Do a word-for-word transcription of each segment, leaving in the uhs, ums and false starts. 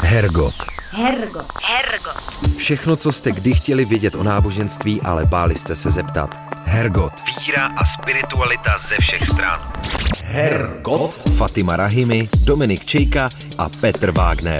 Hergot. Hergot. Hergot. Všechno, co jste kdy chtěli vědět o náboženství, ale báli jste se zeptat. Hergot. Víra a spiritualita ze všech stran. Hergot. Fatima Rahimi, Dominik Čejka a Petr Wagner.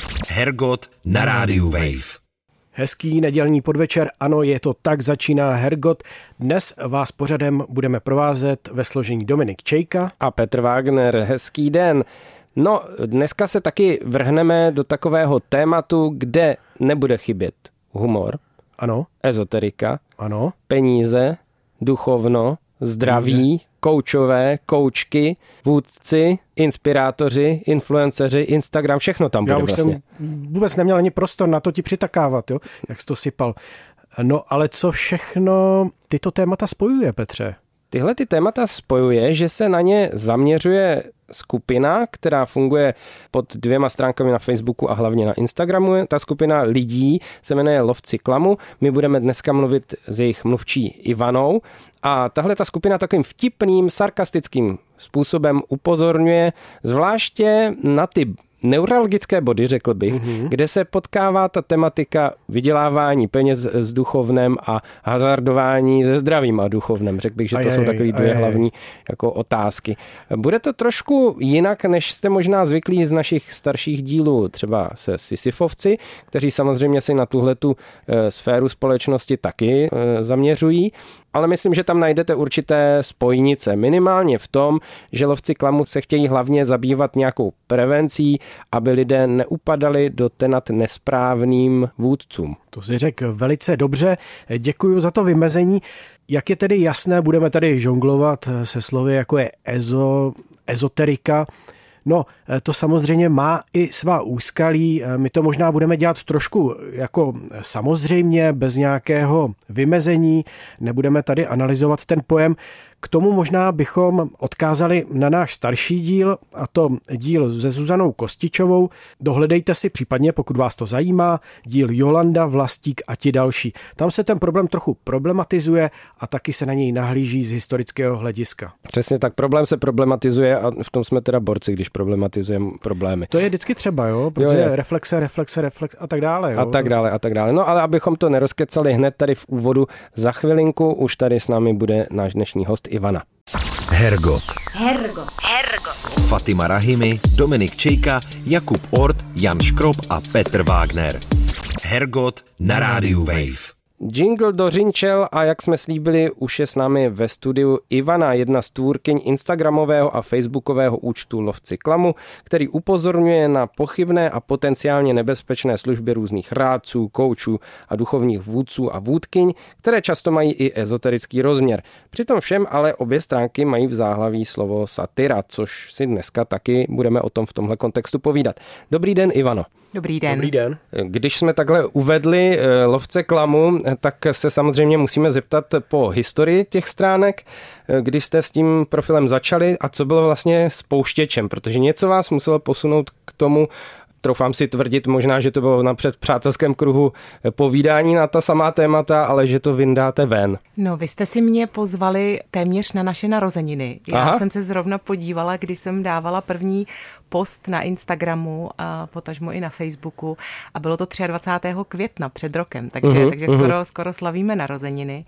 Hergot na rádiu Wave. Hezký nedělní podvečer, ano, je to tak, začíná Hergot. Dnes vás pořadem budeme provázet ve složení Dominik Čejka a Petr Wagner. Hezký den. No, dneska se taky vrhneme do takového tématu, kde nebude chybět humor, ano, ezoterika, ano, peníze, duchovno, zdraví, koučové, koučky, vůdci, inspirátoři, influenceři, Instagram, všechno tam bude Já už vlastně. jsem vůbec neměl ani prostor na to ti přitakávat, jo, jak jsi to sypal. No, ale co všechno tyto témata spojuje, Petře? Tyhle ty témata spojuje, že se na ně zaměřuje skupina, která funguje pod dvěma stránkami na Facebooku a hlavně na Instagramu. Ta skupina lidí se jmenuje Lovci klamu. My budeme dneska mluvit s jejich mluvčí Ivanou a tahle ta skupina takovým vtipným, sarkastickým způsobem upozorňuje zvláště na ty neuralgické body, řekl bych, mm-hmm. kde se potkává ta tematika vydělávání peněz s duchovnem a hazardování se zdravím a duchovnem. Řekl bych, že to aj, jsou takový dvě aj, hlavní jako otázky. Bude to trošku jinak, než jste možná zvyklí z našich starších dílů, třeba se Sisyfovci, kteří samozřejmě si na tuhletu e, sféru společnosti taky e, zaměřují. Ale myslím, že tam najdete určité spojnice. Minimálně v tom, že lovci klamu se chtějí hlavně zabývat nějakou prevencí, aby lidé neupadali do tenat nesprávným vůdcům. To si řekl velice dobře. Děkuji za to vymezení. Jak je tedy jasné, budeme tady žonglovat se slovy, jako je ezo, ezoterika. No, to samozřejmě má i svá úskalí. My to možná budeme dělat trošku jako samozřejmě, bez nějakého vymezení. Nebudeme tady analyzovat ten pojem. K tomu možná bychom odkázali na náš starší díl, a to díl se Zuzanou Kostičovou. Dohledejte si případně, pokud vás to zajímá, díl Jolanda, Vlastík a ti další. Tam se ten problém trochu problematizuje a taky se na něj nahlíží z historického hlediska. Přesně tak, problém se problematizuje a v tom jsme teda borci, když problematizujeme problémy. To je vždycky třeba, jo, protože jo, reflexe, reflexe, reflexe a tak dále. Jo? A tak dále, a tak dále. No ale abychom to nerozkecali hned tady v úvodu, za chvilinku už tady s námi bude náš dnešní host Ivana. Hergot. Hergot. Hergot. Fatima Rahimi, Dominik Čejka, Jakub Ort, Jan Škrob a Petr Wagner. Hergot na rádiu Wave. Jingle dořinčel a jak jsme slíbili, už je s námi ve studiu Ivana, jedna z tvůrkyň instagramového a facebookového účtu Lovci klamu, který upozorňuje na pochybné a potenciálně nebezpečné služby různých rádců, koučů a duchovních vůdců a vůdkyň, které často mají i ezoterický rozměr. Přitom všem ale obě stránky mají v záhlaví slovo satyra, což si dneska taky budeme o tom v tomhle kontextu povídat. Dobrý den, Ivano. Dobrý den. Dobrý den. Když jsme takhle uvedli Lovce klamu, tak se samozřejmě musíme zeptat po historii těch stránek, kdy jste s tím profilem začali a co bylo vlastně spouštěčem, protože něco vás muselo posunout k tomu, troufám si tvrdit možná, že to bylo napřed v přátelském kruhu povídání na ta samá témata, ale že to vyndáte ven. No, vy jste si mě pozvali téměř na naše narozeniny. Já Aha. jsem se zrovna podívala, když jsem dávala první post na Instagramu a potažmo i na Facebooku a bylo to dvacátého třetího května před rokem, takže, uh-huh, takže uh-huh. skoro, skoro slavíme narozeniny.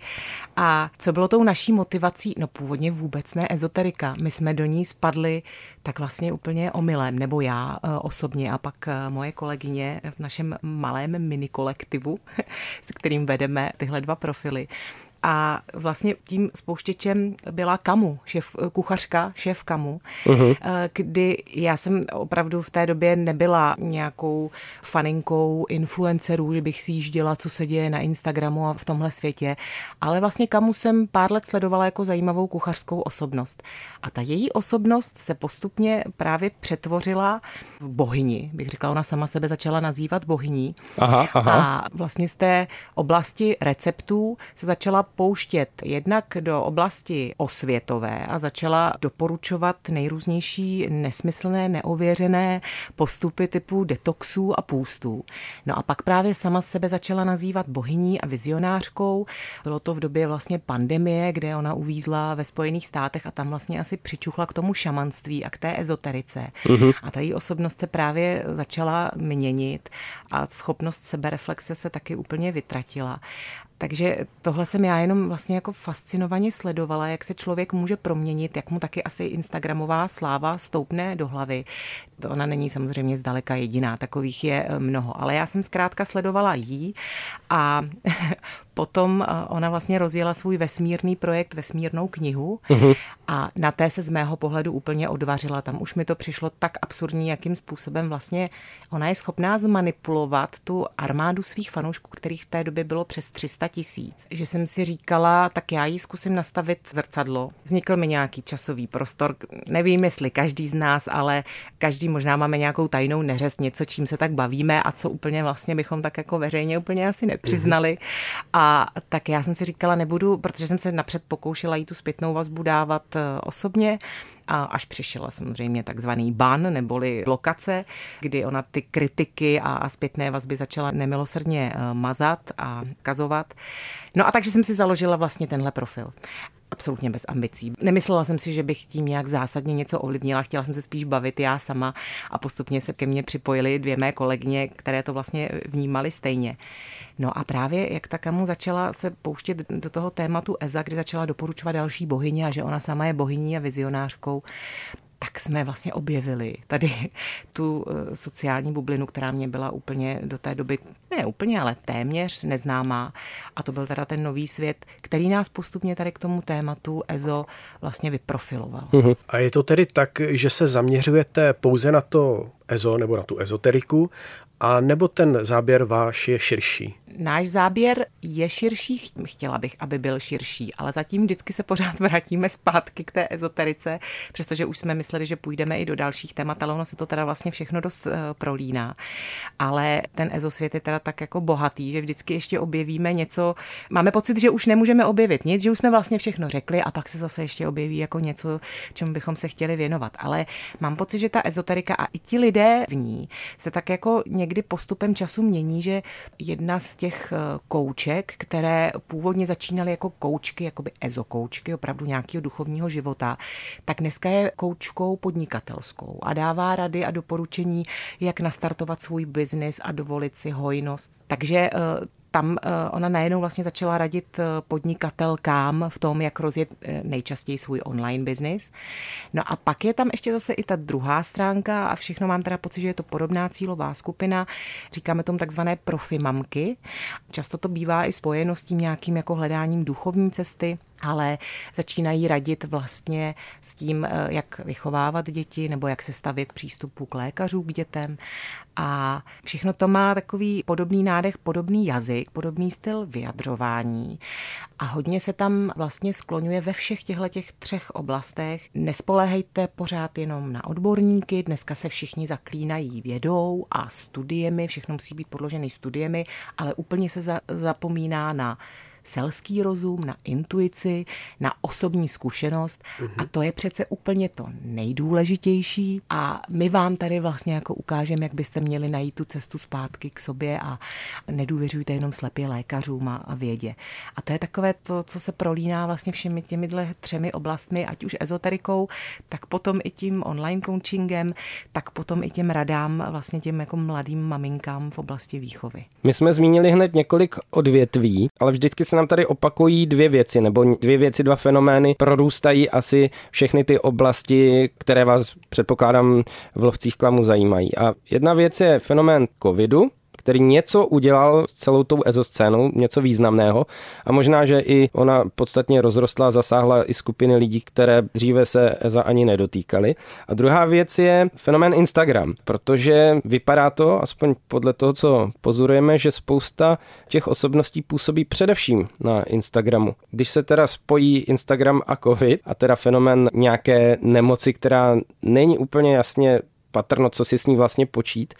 A co bylo tou naší motivací? No původně vůbec ne ezoterika. My jsme do ní spadli tak vlastně úplně omylem, nebo já osobně a pak moje kolegyně v našem malém minikolektivu, s kterým vedeme tyhle dva profily. A vlastně tím spouštěčem byla Kamu, šéf, kuchařka, šéf Kamu, uh-huh. kdy já jsem opravdu v té době nebyla nějakou faninkou influencerů, že bych si jížděla, co se děje na Instagramu a v tomhle světě, ale vlastně Kamu jsem pár let sledovala jako zajímavou kuchařskou osobnost. A ta její osobnost se postupně právě přetvořila v bohyni, bych řekla, ona sama sebe začala nazývat bohyní. Aha, aha. A vlastně z té oblasti receptů se začala pouštět jednak do oblasti osvětové a začala doporučovat nejrůznější nesmyslné, neověřené postupy typu detoxů a půstů. No a pak právě sama sebe začala nazývat bohyní a vizionářkou. Bylo to v době vlastně pandemie, kde ona uvízla ve Spojených státech a tam vlastně asi přičuchla k tomu šamanství a k té ezoterice. Mm-hmm. A ta její osobnost se právě začala měnit a schopnost sebereflexe se taky úplně vytratila. Takže tohle jsem já jenom vlastně jako fascinovaně sledovala, jak se člověk může proměnit, jak mu taky asi instagramová sláva stoupne do hlavy. To ona není samozřejmě zdaleka jediná, takových je mnoho, ale já jsem zkrátka sledovala jí a potom ona vlastně rozjela svůj vesmírný projekt, vesmírnou knihu uh-huh. a na té se z mého pohledu úplně odvařila. Tam už mi to přišlo tak absurdní, jakým způsobem vlastně ona je schopná zmanipulovat tu armádu svých fanoušků, kterých v té době bylo přes tři sta tisíc. Že jsem si říkala, tak já jí zkusím nastavit zrcadlo. Vznikl mi nějaký časový prostor, nevím, jestli každý z nás, ale každý možná máme nějakou tajnou neřest, něco, čím se tak bavíme a co úplně vlastně bychom tak jako veřejně úplně asi nepřiznali. A tak já jsem si říkala, nebudu, protože jsem se napřed pokoušela jí tu zpětnou vazbu dávat osobně, a až přišel samozřejmě takzvaný ban, neboli blokace, kdy ona ty kritiky a zpětné vazby začala nemilosrdně mazat a kazovat. No a takže jsem si založila vlastně tenhle profil. Absolutně bez ambicí. Nemyslela jsem si, že bych tím nějak zásadně něco ovlivnila, chtěla jsem se spíš bavit já sama a postupně se ke mně připojily dvě mé kolegyně, které to vlastně vnímaly stejně. No a právě jak ta Kamu začala se pouštět do toho tématu Eza, kdy začala doporučovat další bohyně a že ona sama je bohyní a vizionářkou, tak jsme vlastně objevili tady tu sociální bublinu, která mě byla úplně do té doby, ne úplně, ale téměř neznámá. A to byl teda ten nový svět, který nás postupně tady k tomu tématu Ezo vlastně vyprofiloval. Uhum. A je to tedy tak, že se zaměřujete pouze na to Ezo nebo na tu ezoteriku, a nebo ten záběr váš je širší? Náš záběr je širší, chtěla bych, aby byl širší, ale zatím vždycky se pořád vrátíme zpátky k té ezoterice, přestože už jsme mysleli, že půjdeme i do dalších témat, ale ono se to teda vlastně všechno dost uh, prolíná. Ale ten ezosvět je teda tak jako bohatý, že vždycky ještě objevíme něco, máme pocit, že už nemůžeme objevit nic, že už jsme vlastně všechno řekli a pak se zase ještě objeví jako něco, čemu bychom se chtěli věnovat. Ale mám pocit, že ta ezoterika a i ti lidé v ní se tak jako někdy postupem času mění, že jedna z těch kouček, které původně začínaly jako koučky, jakoby ezokoučky, opravdu nějakého duchovního života, tak dneska je koučkou podnikatelskou a dává rady a doporučení, jak nastartovat svůj biznis a dovolit si hojnost. Takže tam ona najednou vlastně začala radit podnikatelkám v tom, jak rozjet nejčastěji svůj online biznis. No a pak je tam ještě zase i ta druhá stránka a všechno mám teda pocit, že je to podobná cílová skupina. Říkáme tomu takzvané profimamky. Často to bývá i spojeno s tím nějakým jako hledáním duchovní cesty, ale začínají radit vlastně s tím, jak vychovávat děti nebo jak se stavět k přístupu k lékařů, k dětem. A všechno to má takový podobný nádech, podobný jazyk, podobný styl vyjadřování. A hodně se tam vlastně skloňuje ve všech těchto těch třech oblastech. Nespoléhejte pořád jenom na odborníky, dneska se všichni zaklínají vědou a studiemi, všechno musí být podložené studiemi, ale úplně se za, zapomíná na selský rozum, na intuici, na osobní zkušenost mm-hmm. a to je přece úplně to nejdůležitější a my vám tady vlastně jako ukážeme, jak byste měli najít tu cestu zpátky k sobě a nedůvěřujte jenom slepě lékařům a vědě. A to je takové to, co se prolíná vlastně všemi těmihle třemi oblastmi, ať už ezoterikou, tak potom i tím online coachingem, tak potom i těm radám vlastně těm jako mladým maminkám v oblasti výchovy. My jsme zmínili hned několik odvětví, ale vždycky se nám tady opakují dvě věci, nebo dvě věci, dva fenomény, prorůstají asi všechny ty oblasti, které vás, předpokládám, v Lovcích klamu zajímají. A jedna věc je fenomén covidu, který něco udělal s celou tou ezoscénou, něco významného a možná, že i ona podstatně rozrostla, zasáhla i skupiny lidí, které dříve se Eza ani nedotýkaly. A druhá věc je fenomén Instagram, protože vypadá to, aspoň podle toho, co pozorujeme, že spousta těch osobností působí především na Instagramu. Když se teda spojí Instagram a covid a teda fenomén nějaké nemoci, která není úplně jasně patrno, co si s ní vlastně počít,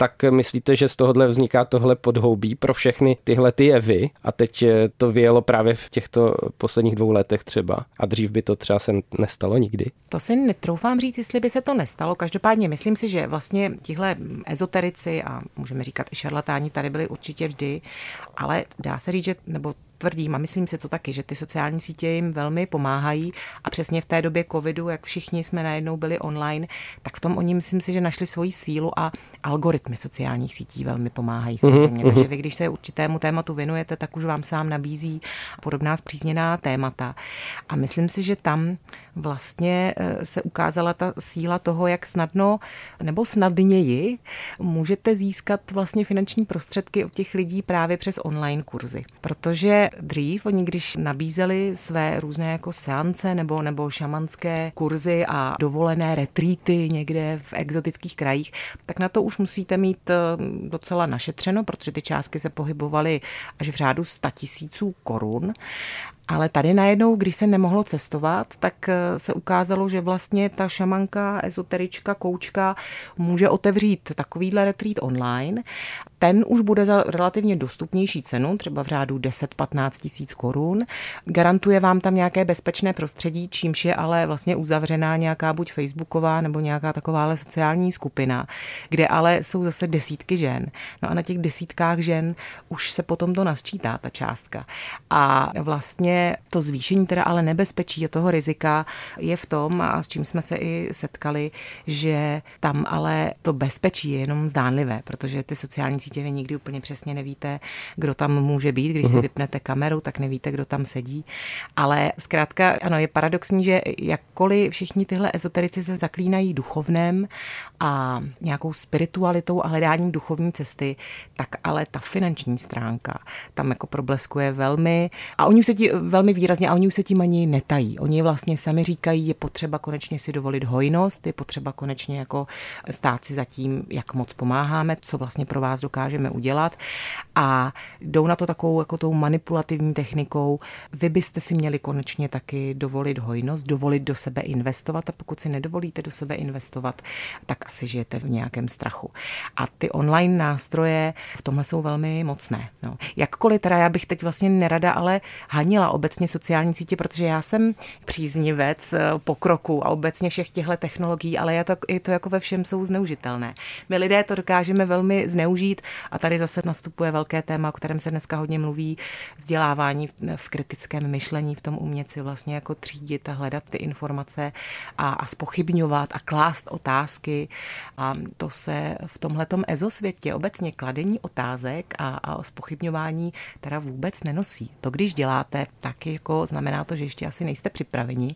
tak myslíte, že z tohohle vzniká tohle podhoubí pro všechny tyhle ty jevy a teď to vyjelo právě v těchto posledních dvou letech třeba a dřív by to třeba se nestalo nikdy? To si netroufám říct, jestli by se to nestalo. Každopádně myslím si, že vlastně tihle ezoterici a můžeme říkat i šarlatáni tady byli určitě vždy, ale dá se říct, že, nebo tvrdím a myslím si to taky, že ty sociální sítě jim velmi pomáhají a přesně v té době covidu, jak všichni jsme najednou byli online, tak v tom oni myslím si, že našli svoji sílu a algoritmy sociálních sítí velmi pomáhají samozřejmě. Mm-hmm. Takže vy, když se určitému tématu věnujete, tak už vám sám nabízí podobná spřízněná témata. A myslím si, že tam vlastně se ukázala ta síla toho, jak snadno nebo snadněji můžete získat vlastně finanční prostředky od těch lidí právě přes online kurzy. Protože dřív oni, když nabízeli své různé jako seance nebo, nebo šamanské kurzy a dovolené retreaty někde v exotických krajích, tak na to už musíte mít docela našetřeno, protože ty částky se pohybovaly až v řádu sta tisíců korun. Ale tady najednou, když se nemohlo cestovat, tak se ukázalo, že vlastně ta šamanka, ezoterička, koučka může otevřít takovýhle retreat online. Ten už bude za relativně dostupnější cenu, třeba v řádu deset patnáct tisíc korun. Garantuje vám tam nějaké bezpečné prostředí, čímž je ale vlastně uzavřená nějaká buď facebooková nebo nějaká takováhle sociální skupina, kde ale jsou zase desítky žen. No a na těch desítkách žen už se potom to nasčítá, ta částka. A vlastně to zvýšení teda ale nebezpečí a toho rizika je v tom, a s čím jsme se i setkali, že tam ale to bezpečí je jenom zdánlivé, protože ty sociální sítě vy nikdy úplně přesně nevíte, kdo tam může být. Když uh-huh. si vypnete kameru, tak nevíte, kdo tam sedí. Ale zkrátka, ano, je paradoxní, že jakkoliv všichni tyhle ezoterici se zaklínají duchovnem a nějakou spiritualitou a hledáním duchovní cesty, tak ale ta finanční stránka tam jako probleskuje velmi a oni už se ti velmi výrazně a oni už se tím ani netají. Oni vlastně sami říkají, je potřeba konečně si dovolit hojnost, je potřeba konečně jako stát si za tím, jak moc pomáháme, co vlastně pro vás dokážeme udělat a jdou na to takovou jako tou manipulativní technikou. Vy byste si měli konečně taky dovolit hojnost, dovolit do sebe investovat a pokud si nedovolíte do sebe investovat, tak asi žijete v nějakém strachu. A ty online nástroje v tomhle jsou velmi mocné. No. Jakkoliv teda já bych teď vlastně nerada, ale hanila obecně sociální sítě, protože já jsem příznivec pokroku a obecně všech těchto technologií, ale je to, je to jako ve všem jsou zneužitelné. My lidé to dokážeme velmi zneužít a tady zase nastupuje velké téma, o kterém se dneska hodně mluví, vzdělávání v, v kritickém myšlení, v tom umět si vlastně jako třídit a hledat ty informace a, a zpochybňovat a klást otázky a to se v tomhletom ezosvětě obecně kladení otázek a, a zpochybňování teda vůbec nenosí. To když děláte, tak jako znamená to, že ještě asi nejste připraveni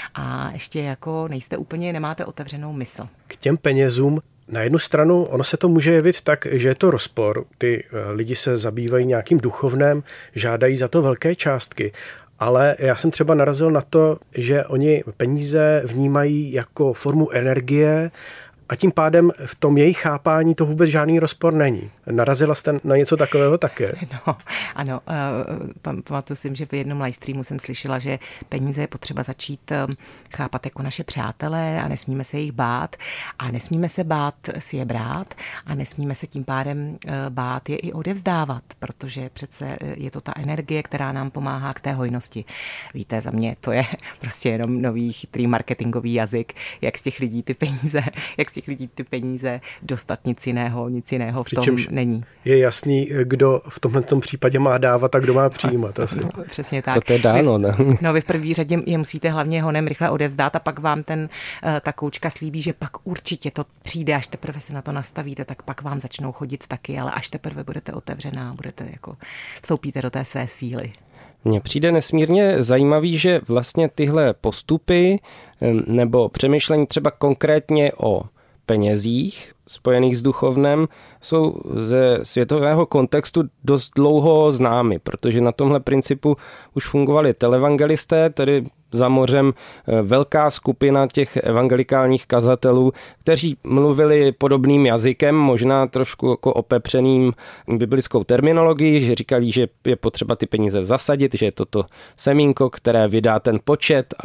a ještě jako nejste úplně, nemáte otevřenou mysl. K těm penězům na jednu stranu ono se to může jevit tak, že je to rozpor. Ty lidi se zabývají nějakým duchovnem, žádají za to velké částky. Ale já jsem třeba narazil na to, že oni peníze vnímají jako formu energie a tím pádem v tom jejich chápání to vůbec žádný rozpor není. Narazila jste na něco takového také? No, ano, pamatuju si, že v jednom live streamu jsem slyšela, že peníze je potřeba začít chápat jako naše přátelé a nesmíme se jich bát a nesmíme se bát si je brát a nesmíme se tím pádem bát je i odevzdávat, protože přece je to ta energie, která nám pomáhá k té hojnosti. Víte, za mě to je prostě jenom nový chytrý marketingový jazyk, jak z těch lidí ty peníze, jak z těch lidí ty peníze dostat, nic jiného, nic jiného v tom Přičemž není. Je jasný, kdo v tomto případě má dávat a kdo má přijímat asi. No, přesně tak. To to je dáno, ne? No vy v první řadě je musíte hlavně honem rychle odevzdát a pak vám ten, ta koučka slíbí, že pak určitě to přijde, až teprve se na to nastavíte, tak pak vám začnou chodit taky, ale až teprve budete otevřená, budete jako vstoupíte do té své síly. Mně přijde nesmírně zajímavý, že vlastně tyhle postupy nebo přemýšlení třeba konkrétně o penězích spojených s duchovnem jsou ze světového kontextu dost dlouho známy, protože na tomhle principu už fungovali televangelisté, tedy za mořem velká skupina těch evangelikálních kazatelů, kteří mluvili podobným jazykem, možná trošku jako opepřeným biblickou terminologií, že říkali, že je potřeba ty peníze zasadit, že je to to semínko, které vydá ten počet a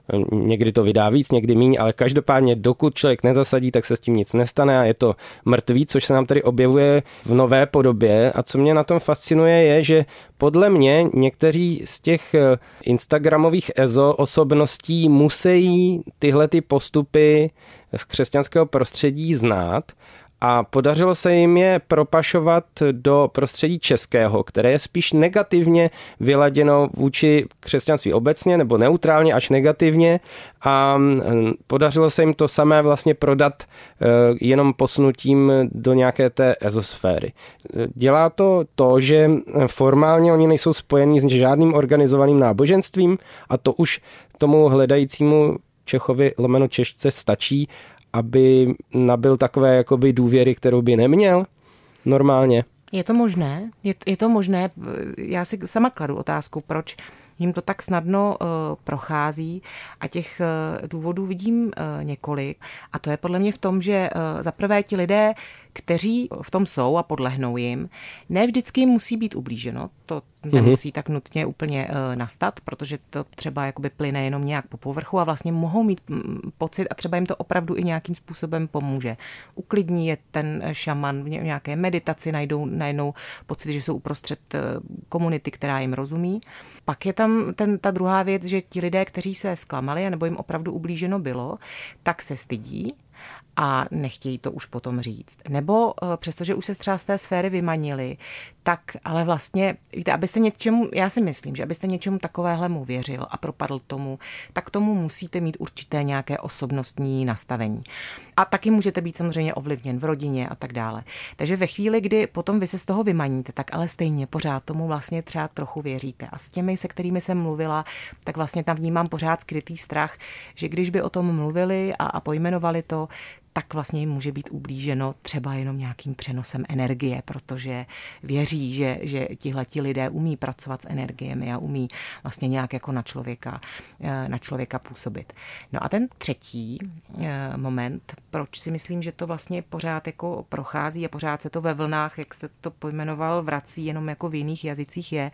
Někdy to vydá víc, někdy míň, ale každopádně dokud člověk nezasadí, tak se s tím nic nestane a je to mrtvý, což se nám tady objevuje v nové podobě. A co mě na tom fascinuje je, že podle mě někteří z těch instagramových ezo osobností musí tyhle ty postupy z křesťanského prostředí znát, a podařilo se jim je propašovat do prostředí českého, které je spíš negativně vyladěno vůči křesťanství obecně, nebo neutrálně až negativně, a podařilo se jim to samé vlastně prodat jenom posunutím do nějaké té ezosféry. Dělá to to, že formálně oni nejsou spojení s žádným organizovaným náboženstvím a to už tomu hledajícímu Čechovi lomeno Češce stačí, aby nabyl takové jakoby důvěry, kterou by neměl normálně. Je to možné, je, je to možné, já si sama kladu otázku, proč jim to tak snadno uh, prochází a těch uh, důvodů vidím uh, několik a to je podle mě v tom, že uh, zaprvé ti lidé, kteří v tom jsou a podlehnou jim, ne vždycky jim musí být ublíženo, to nemusí mm-hmm. tak nutně úplně uh, nastat, protože to třeba jakoby plyne jenom nějak po povrchu a vlastně mohou mít m, pocit a třeba jim to opravdu i nějakým způsobem pomůže. Uklidní je ten šaman v nějaké meditaci, najdou najednou pocit, že jsou uprostřed uh, komunity, která jim rozumí. Pak je tam ten, ta druhá věc, že ti lidé, kteří se zklamali nebo jim opravdu ublíženo bylo, tak se stydí a nechtějí to už potom říct. Nebo přestože už se třeba z té sféry vymanili, tak ale vlastně, víte, abyste něčemu, já si myslím, že abyste něčemu takovéhlemu věřil a propadl tomu, tak tomu musíte mít určité nějaké osobnostní nastavení. A taky můžete být samozřejmě ovlivněn v rodině a tak dále. Takže ve chvíli, kdy potom vy se z toho vymaníte, tak ale stejně pořád tomu vlastně třeba trochu věříte. A s těmi, se kterými jsem mluvila, tak vlastně tam vnímám pořád skrytý strach, že když by o tom mluvili a, a pojmenovali to, tak vlastně jim může být ublíženo třeba jenom nějakým přenosem energie, protože věří, že, že tihleti lidé umí pracovat s energiemi a umí vlastně nějak jako na člověka, na člověka působit. No a ten třetí moment, proč si myslím, že to vlastně pořád jako prochází a pořád se to ve vlnách, jak jste to pojmenoval, vrací jenom jako v jiných jazycích, je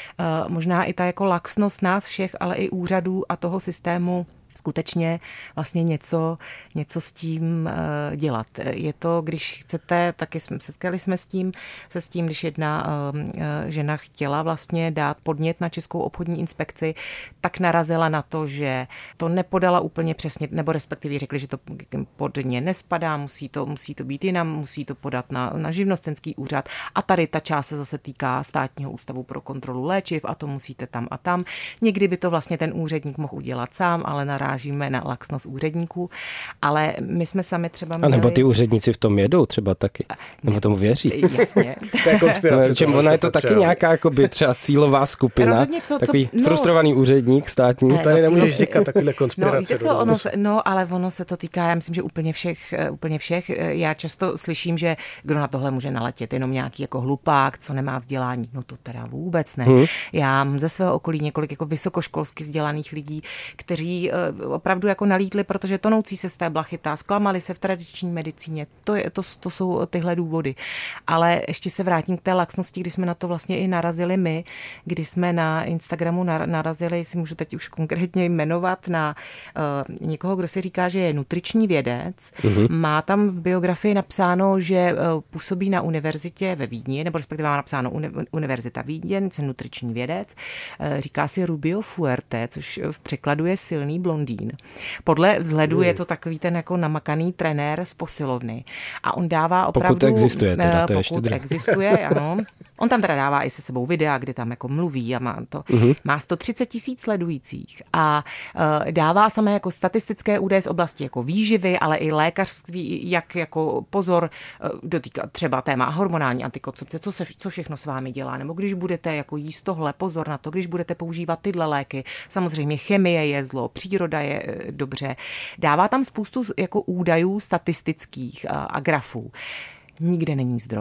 možná i ta jako laxnost nás všech, ale i úřadů a toho systému skutečně vlastně něco, něco s tím uh, dělat. Je to, když chcete, taky jsme, setkali jsme s tím, se s tím, když jedna uh, žena chtěla vlastně dát podnět na Českou obchodní inspekci, tak narazila na to, že to nepodala úplně přesně, nebo respektive řekli, že to pod ně nespadá, musí to, musí to být jinam, musí to podat na, na živnostenský úřad a tady ta část se zase týká Státního ústavu pro kontrolu léčiv a to musíte tam a tam. Někdy by to vlastně ten úředník mohl udělat sám, ale narážíme na laxnost úředníků, ale my jsme sami třeba měli... A nebo ty úředníci v tom jedou třeba taky, nebo tomu věří. Jasně. To je konspirace. Čem ona je to taky třeba nějaká jakoby třeba cílová skupina, co, takový co, no, frustrovaný úředník státní. Ne, tady nemůžeš říkat takovýhle konspirace. No, víte co, ono se, no, ale ono se to týká, já myslím, že úplně všech, úplně všech. Já často slyším, že kdo na tohle může naletět, jenom nějaký jako hlupák, co nemá vzdělání. No to teda vůbec ne. Hmm. Já mám ze svého okolí několik jako vysokoškolsky vzdělaných lidí, kteří opravdu jako nalítli, protože tonoucí se z té blachytá, zklamali se v tradiční medicíně. To, je, to, to jsou tyhle důvody. Ale ještě se vrátím k té laxnosti, kdy jsme na to vlastně i narazili my, kdy jsme na Instagramu narazili, si můžu teď už konkrétně jmenovat, na uh, někoho, kdo si říká, že je nutriční vědec. Mm-hmm. Má tam v biografii napsáno, že uh, působí na univerzitě ve Vídni, nebo respektive má napsáno uni, Univerzita Vídeň, je nutriční vědec. Uh, říká si Rubio Fuerte, což v překladu je silný blondýn. Podle vzhledu je to takový ten jako namakaný trenér z posilovny. A on dává opravdu... Pokud existuje teda, to pokud ještě existuje, ano. On tam teda dává i se sebou videa, kdy tam jako mluví a má to. Uh-huh. Má sto třicet tisíc sledujících a uh, dává samé jako statistické údaje z oblasti jako výživy, ale i lékařství, jak jako pozor, uh, dotýká třeba téma hormonální antikoncepce, co, se, co všechno s vámi dělá, nebo když budete jako jíst tohle, pozor na to, když budete používat tyhle léky, samozřejmě chemie je zlo, příroda je uh, dobře. Dává tam spoustu jako údajů statistických uh, a grafů. Nikde není zdroj.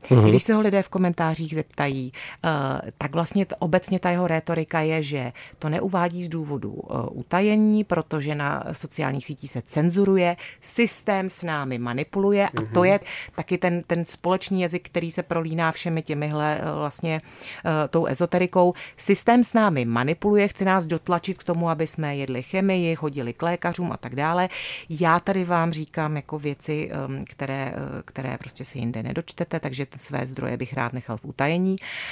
Mm-hmm. Když se ho lidé v komentářích zeptají, tak vlastně obecně ta jeho rétorika je, že to neuvádí z důvodu utajení, protože na sociálních sítích se cenzuruje, systém s námi manipuluje mm-hmm. a to je taky ten, ten společný jazyk, který se prolíná všemi těmihle vlastně tou ezoterikou. Systém s námi manipuluje, chce nás dotlačit k tomu, aby jsme jedli chemii, chodili k lékařům a tak dále. Já tady vám říkám jako věci, které, které prostě si jinde nedočtete, takže své zdroje bych rád nechal v utajení.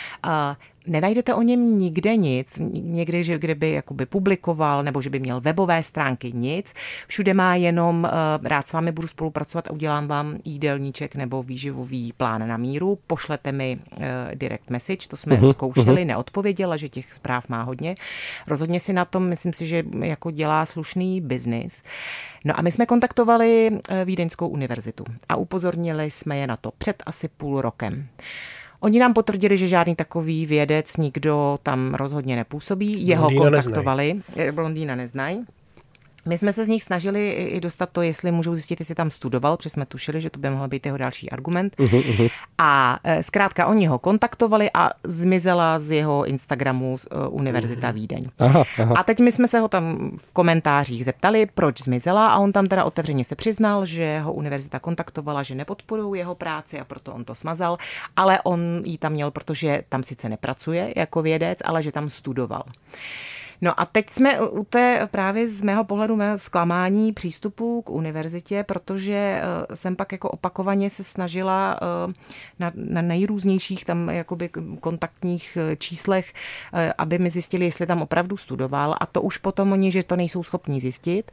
Nenajdete o něm nikde nic, někde, že kdyby jakoby publikoval, nebo že by měl webové stránky, nic. Všude má jenom rád s vámi budu spolupracovat a udělám vám jídelníček nebo výživový plán na míru. Pošlete mi direct message, to jsme uh-huh, zkoušeli, uh-huh. neodpověděla, že těch zpráv má hodně. Rozhodně si na tom, myslím si, že jako dělá slušný biznis. No a my jsme kontaktovali Vídeňskou univerzitu a upozornili jsme je na to před asi půl rokem. Oni nám potvrdili, že žádný takový vědec nikdo tam rozhodně nepůsobí. Jeho Londýna kontaktovali. Neznaj. Londýna neznají. My jsme se z nich snažili i dostat to, jestli můžou zjistit, jestli tam studoval, protože jsme tušili, že to by mohl být jeho další argument. Uh-huh, uh-huh. A zkrátka oni ho kontaktovali a zmizela z jeho Instagramu Univerzita uh-huh. Vídeň. Aha, aha. A teď my jsme se ho tam v komentářích zeptali, proč zmizela a on tam teda otevřeně se přiznal, že ho univerzita kontaktovala, že nepodporují jeho práci a proto on to smazal, ale on ji tam měl, protože tam sice nepracuje jako vědec, ale že tam studoval. No a teď jsme u té právě z mého pohledu mého zklamání přístupu k univerzitě, protože jsem pak jako opakovaně se snažila na, na nejrůznějších tam jakoby kontaktních číslech, aby mi zjistili, jestli tam opravdu studoval a to už potom oni, že to nejsou schopní zjistit.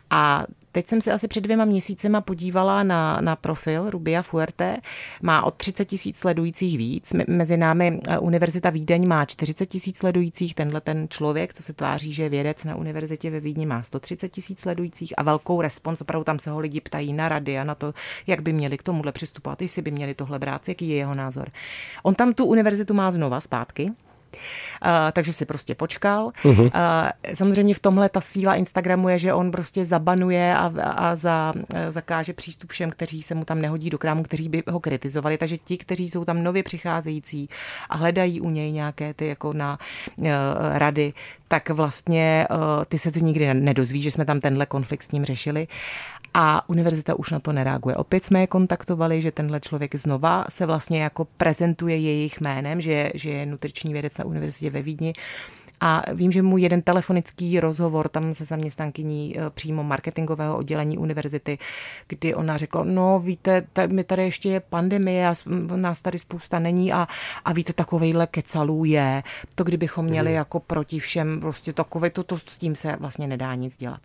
A teď jsem se asi před dvěma měsícema podívala na, na profil Rubia Fuerte. Má od třicet tisíc sledujících víc. Mezi námi Univerzita Vídeň má čtyřicet tisíc sledujících. Tenhle ten člověk, co se tváří, že je vědec na univerzitě ve Vídni, má sto třicet tisíc sledujících a velkou respons. Opravdu tam se ho lidi ptají na rady a na to, jak by měli k tomuhle přistupovat, jestli by měli tohle brát, jaký je jeho názor. On tam tu univerzitu má znova zpátky. Uh, takže si prostě počkal. Uh-huh. Uh, samozřejmě v tomhle ta síla Instagramu je, že on prostě zabanuje a, a za, zakáže přístup všem, kteří se mu tam nehodí do krámu, kteří by ho kritizovali. Takže ti, kteří jsou tam nově přicházející a hledají u něj nějaké ty jako na uh, rady, tak vlastně uh, ty se to nikdy nedozví, že jsme tam tenhle konflikt s ním řešili. A univerzita už na to nereaguje. Opět jsme je kontaktovali, že tenhle člověk znova se vlastně jako prezentuje jejich jménem, že, že je nutriční vědec na univerzitě ve Vídni. A vím, že mu jeden telefonický rozhovor tam se zaměstnankyní přímo marketingového oddělení univerzity, kdy ona řekla, no víte, my tady ještě je pandemie a nás tady spousta není a, a víte, takovejhle kecalů je. To kdybychom měli jako proti všem prostě takové, to, to s tím se vlastně nedá nic dělat.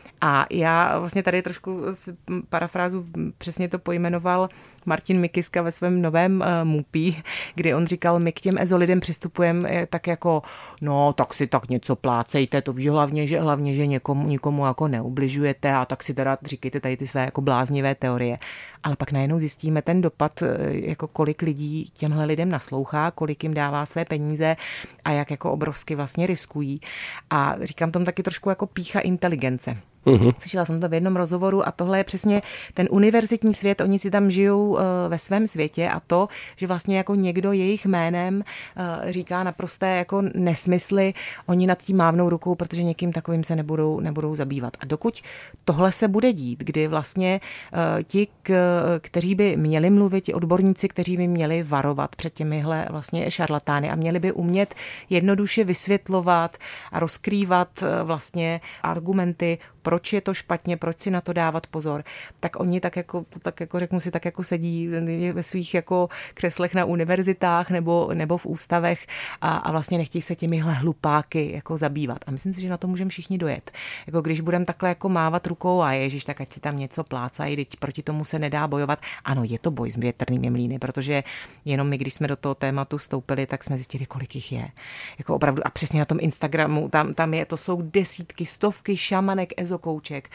A já vlastně tady trošku parafrázu přesně to pojmenoval Martin Mikiska ve svém novém uh, Mupí, kdy on říkal, my k těm ezo lidem přistupujeme tak jako, no tak si tak něco plácejte, to víš hlavně, že, hlavně, že někomu, nikomu jako neubližujete a tak si teda říkejte tady ty své jako bláznivé teorie. Ale pak najednou zjistíme ten dopad, jako kolik lidí těmhle lidem naslouchá, kolik jim dává své peníze a jak jako obrovsky vlastně riskují. A říkám tomu taky trošku jako pýcha inteligence. Uhum. Slyšela jsem to v jednom rozhovoru a tohle je přesně ten univerzitní svět, oni si tam žijou uh, ve svém světě a to, že vlastně jako někdo jejich jménem uh, říká naprosté jako nesmysly, oni nad tím mávnou rukou, protože někým takovým se nebudou, nebudou zabývat. A dokud tohle se bude dít, kdy vlastně uh, ti, k, kteří by měli mluvit, ti odborníci, kteří by měli varovat před těmihle vlastně šarlatány a měli by umět jednoduše vysvětlovat a rozkrývat uh, vlastně argumenty, proč je to špatně, proč si na to dávat pozor, tak oni tak jako, tak jako řeknu si, tak jako sedí ve svých jako křeslech na univerzitách nebo, nebo v ústavech a, a vlastně nechtějí se těmihle hlupáky jako zabývat. A myslím si, že na to můžeme všichni dojet. Jako když budeme takhle jako mávat rukou a ježiš, tak ať si tam něco plácají, teď proti tomu se nedá bojovat. Ano, je to boj s větrnými mlýny, protože jenom my, když jsme do toho tématu vstoupili, tak jsme zjistili, kolik jich je. Jako opravdu, a přesně na tom Instagramu, tam, tam je, to jsou desítky, stovky šamanek, ezokouček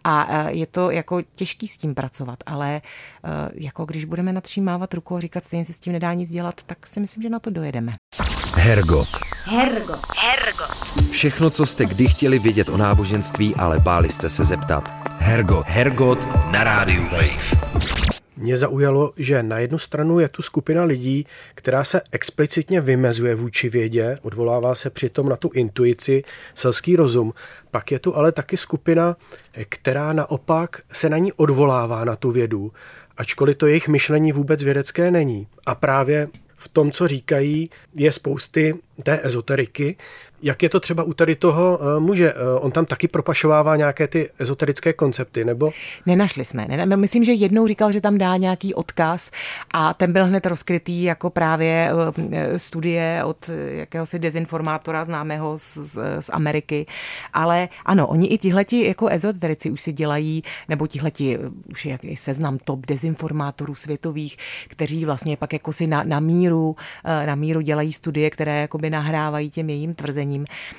a je to jako těžký s tím pracovat, ale jako když budeme nad vším mávat rukou a říkat, stejně se s tím nedá nic dělat, tak si myslím, že na to dojedeme. Hergot. Hergot. Hergot. Všechno, co jste kdy chtěli vědět o náboženství, ale báli jste se zeptat. Hergot. Hergot na rádiu Wave. Mě zaujalo, že na jednu stranu je tu skupina lidí, která se explicitně vymezuje vůči vědě, odvolává se přitom na tu intuici, selský rozum. Pak je tu ale taky skupina, která naopak se na ní odvolává na tu vědu, ačkoliv to jejich myšlení vůbec vědecké není. A právě v tom, co říkají, je spousty té ezoteriky. Jak je to třeba u tady toho muže? On tam taky propašovává nějaké ty ezoterické koncepty, nebo? Nenašli jsme. Ne, myslím, že jednou říkal, že tam dá nějaký odkaz a ten byl hned rozkrytý jako právě studie od jakéhosi dezinformátora známého z, z, z Ameriky. Ale ano, oni i tihleti jako ezoterici už si dělají, nebo tihleti už je seznam top dezinformátorů světových, kteří vlastně pak jako si na, na míru, na míru dělají studie, které jakoby nahrávají těm jejím tvrzením.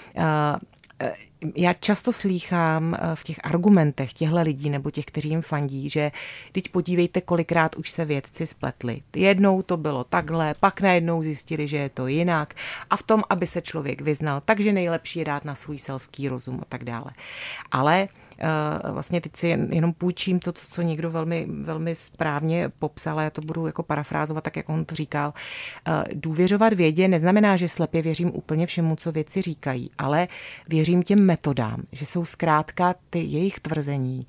Já často slýchám v těch argumentech těchto lidí nebo těch, kteří jim fandí, že teď podívejte, kolikrát už se vědci spletli. Jednou to bylo takhle, pak najednou zjistili, že je to jinak a v tom, aby se člověk vyznal, takže nejlepší je dát na svůj selský rozum a tak dále. Ale vlastně teď si jenom půjčím to, co někdo velmi, velmi správně popsal, a já to budu jako parafrázovat, tak jak on to říkal. Důvěřovat vědě neznamená, že slepě věřím úplně všemu, co vědci říkají, ale věřím těm metodám, že jsou zkrátka ty jejich tvrzení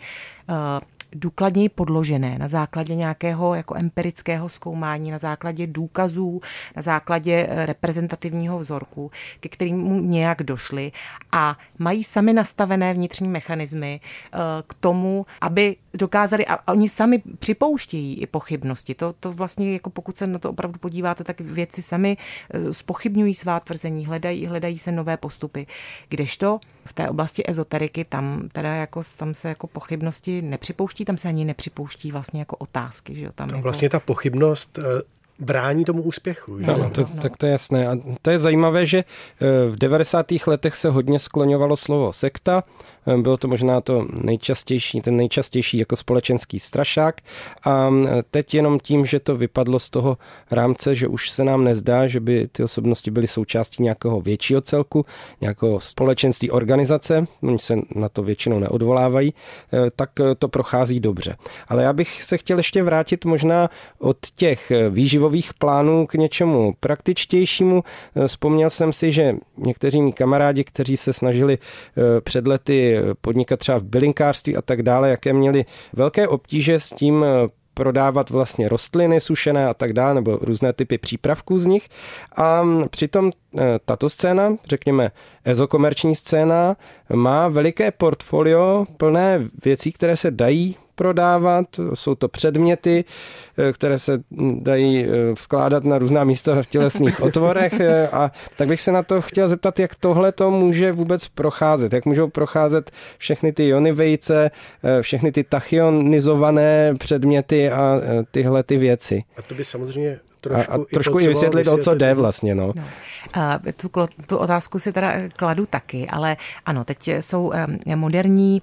důkladněji podložené na základě nějakého jako empirického zkoumání, na základě důkazů, na základě reprezentativního vzorku, ke kterému nějak došli a mají sami nastavené vnitřní mechanismy k tomu, aby dokázali, a oni sami připouštějí i pochybnosti. To, to vlastně, jako pokud se na to opravdu podíváte, tak vědci sami zpochybňují svá tvrzení, hledají, hledají se nové postupy. Kdežto v té oblasti ezoteriky, tam teda jako, tam se jako pochybnosti nepřipouští, tam se ani nepřipouští vlastně jako otázky. Že? Tam, tam jako... vlastně ta pochybnost brání tomu úspěchu. Že? No, no, to, no. Tak to je jasné. A to je zajímavé, že v devadesátých letech se hodně skloňovalo slovo sekta. Bylo to možná to nejčastější, ten nejčastější jako společenský strašák. A teď jenom tím, že to vypadlo z toho rámce, že už se nám nezdá, že by ty osobnosti byly součástí nějakého většího celku, nějakého společenství organizace, oni se na to většinou neodvolávají, tak to prochází dobře. Ale já bych se chtěl ještě vrátit možná od těch výživových plánů k něčemu praktičtějšímu. Vzpomněl jsem si, že někteří mý kamarádi, kteří se snažili před lety podnikat třeba v bylinkářství a tak dále, jaké měli velké obtíže s tím prodávat vlastně rostliny sušené a tak dále, nebo různé typy přípravků z nich. A přitom tato scéna, řekněme ezokomerční scéna, má veliké portfolio plné věcí, které se dají prodávat. Jsou to předměty, které se dají vkládat na různá místa v tělesných otvorech a tak bych se na to chtěl zeptat, jak tohle to může vůbec procházet, jak můžou procházet všechny ty jonivejce, všechny ty tachionizované předměty a tyhle ty věci. A to by samozřejmě trošku, a, a trošku i vysvětlit, o co jde vlastně. No. No. A tu, tu otázku si teda kladu taky, ale ano, teď jsou moderní,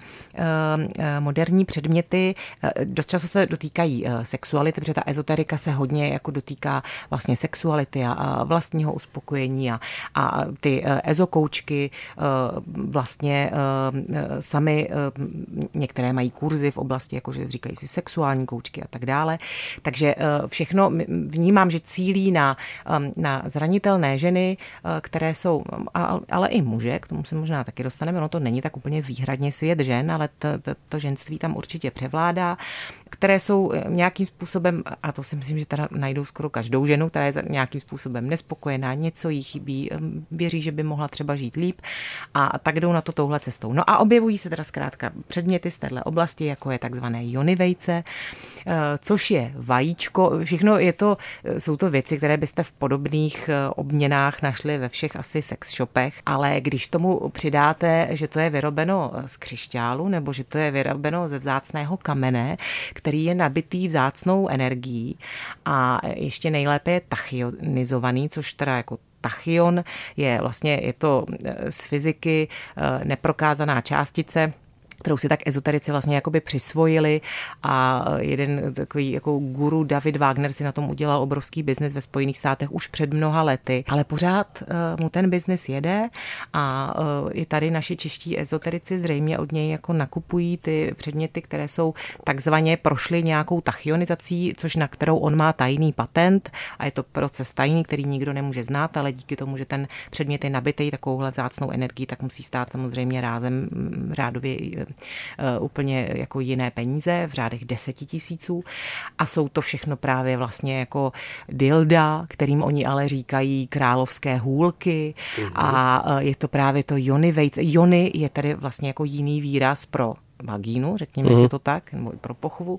moderní předměty, dost často se dotýkají sexuality, protože ta ezoterika se hodně jako dotýká vlastně sexuality a vlastního uspokojení a, a ty ezokoučky vlastně sami, některé mají kurzy v oblasti, jakože říkají si sexuální koučky a tak dále, takže všechno vnímám, že cílí na, na zranitelné ženy, které jsou, ale i muže, k tomu se možná taky dostaneme, no to není tak úplně výhradně svět žen, ale to, to, to ženství tam určitě převládá, které jsou nějakým způsobem, a to si myslím, že teda najdou skoro každou ženu, která je nějakým způsobem nespokojená, něco jí chybí, věří, že by mohla třeba žít líp a tak jdou na to touhle cestou. No a objevují se teda zkrátka předměty z téhle oblasti, jako je takzvané jonivejce, což je vajíčko, všechno je to, jsou to věci, které byste v podobných obměnách našli ve všech asi sex shopech, ale když tomu přidáte, že to je vyrobeno z křišťálu nebo že to je vyrobeno ze vzácného kamene, který je nabitý vzácnou energií a ještě nejlépe je tachionizovaný, což teda jako tachyon je vlastně, je to z fyziky neprokázaná částice, kterou si tak ezoterici vlastně jakoby přisvojili a jeden takový jako guru David Wagner si na tom udělal obrovský biznis ve Spojených státech už před mnoha lety, ale pořád uh, mu ten biznis jede a uh, i tady naši čeští ezoterici zřejmě od něj jako nakupují ty předměty, které jsou takzvaně prošly nějakou tachyonizací, což na kterou on má tajný patent a je to proces tajný, který nikdo nemůže znát, ale díky tomu, že ten předmět je nabitej takovouhle vzácnou energií, tak musí stát samozřejmě rázem řádově uh, úplně jako jiné peníze v řádech desetitisíců a jsou to všechno právě vlastně jako dilda, kterým oni ale říkají královské hůlky uhum. a je to právě to jony vejce. Jony je tedy vlastně jako jiný výraz pro vagínu, řekněme mm. si to tak, nebo pro pochvu.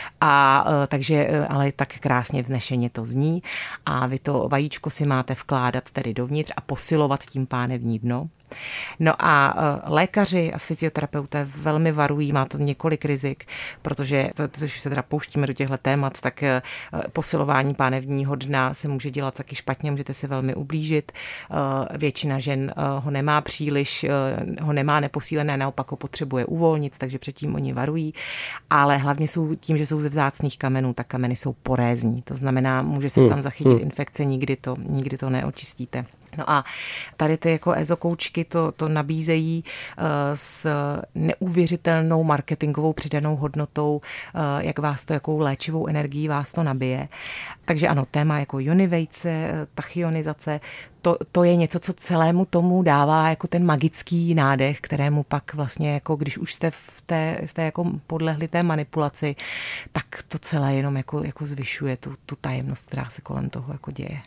A takže, ale tak krásně vznešeně to zní a vy to vajíčko si máte vkládat tedy dovnitř a posilovat tím pánevní dno. No a lékaři a fyzioterapeuté velmi varují, má to několik rizik, protože, když se teda pouštíme do těchto témat, tak posilování pánevního dna se může dělat taky špatně, můžete se velmi ublížit. Většina žen ho nemá příliš, ho nemá neposílené, naopak ho potřebuje uvolnit, takže předtím oni varují, ale hlavně jsou tím, že jsou ze vzácných kamenů, tak kameny jsou porézní, to znamená, může se tam zachytit infekce, nikdy to, nikdy to neočistíte. No a tady ty jako ezokoučky to, to nabízejí uh, s neuvěřitelnou marketingovou přidanou hodnotou, uh, jak vás to, jakou léčivou energií vás to nabije. Takže ano, téma jako jony vejce, tachyonizace, to, to je něco, co celému tomu dává jako ten magický nádech, kterému pak vlastně, jako když už jste v té, v té jako podlehli té manipulaci, tak to celé jenom jako, jako zvyšuje tu, tu tajemnost, která se kolem toho jako děje.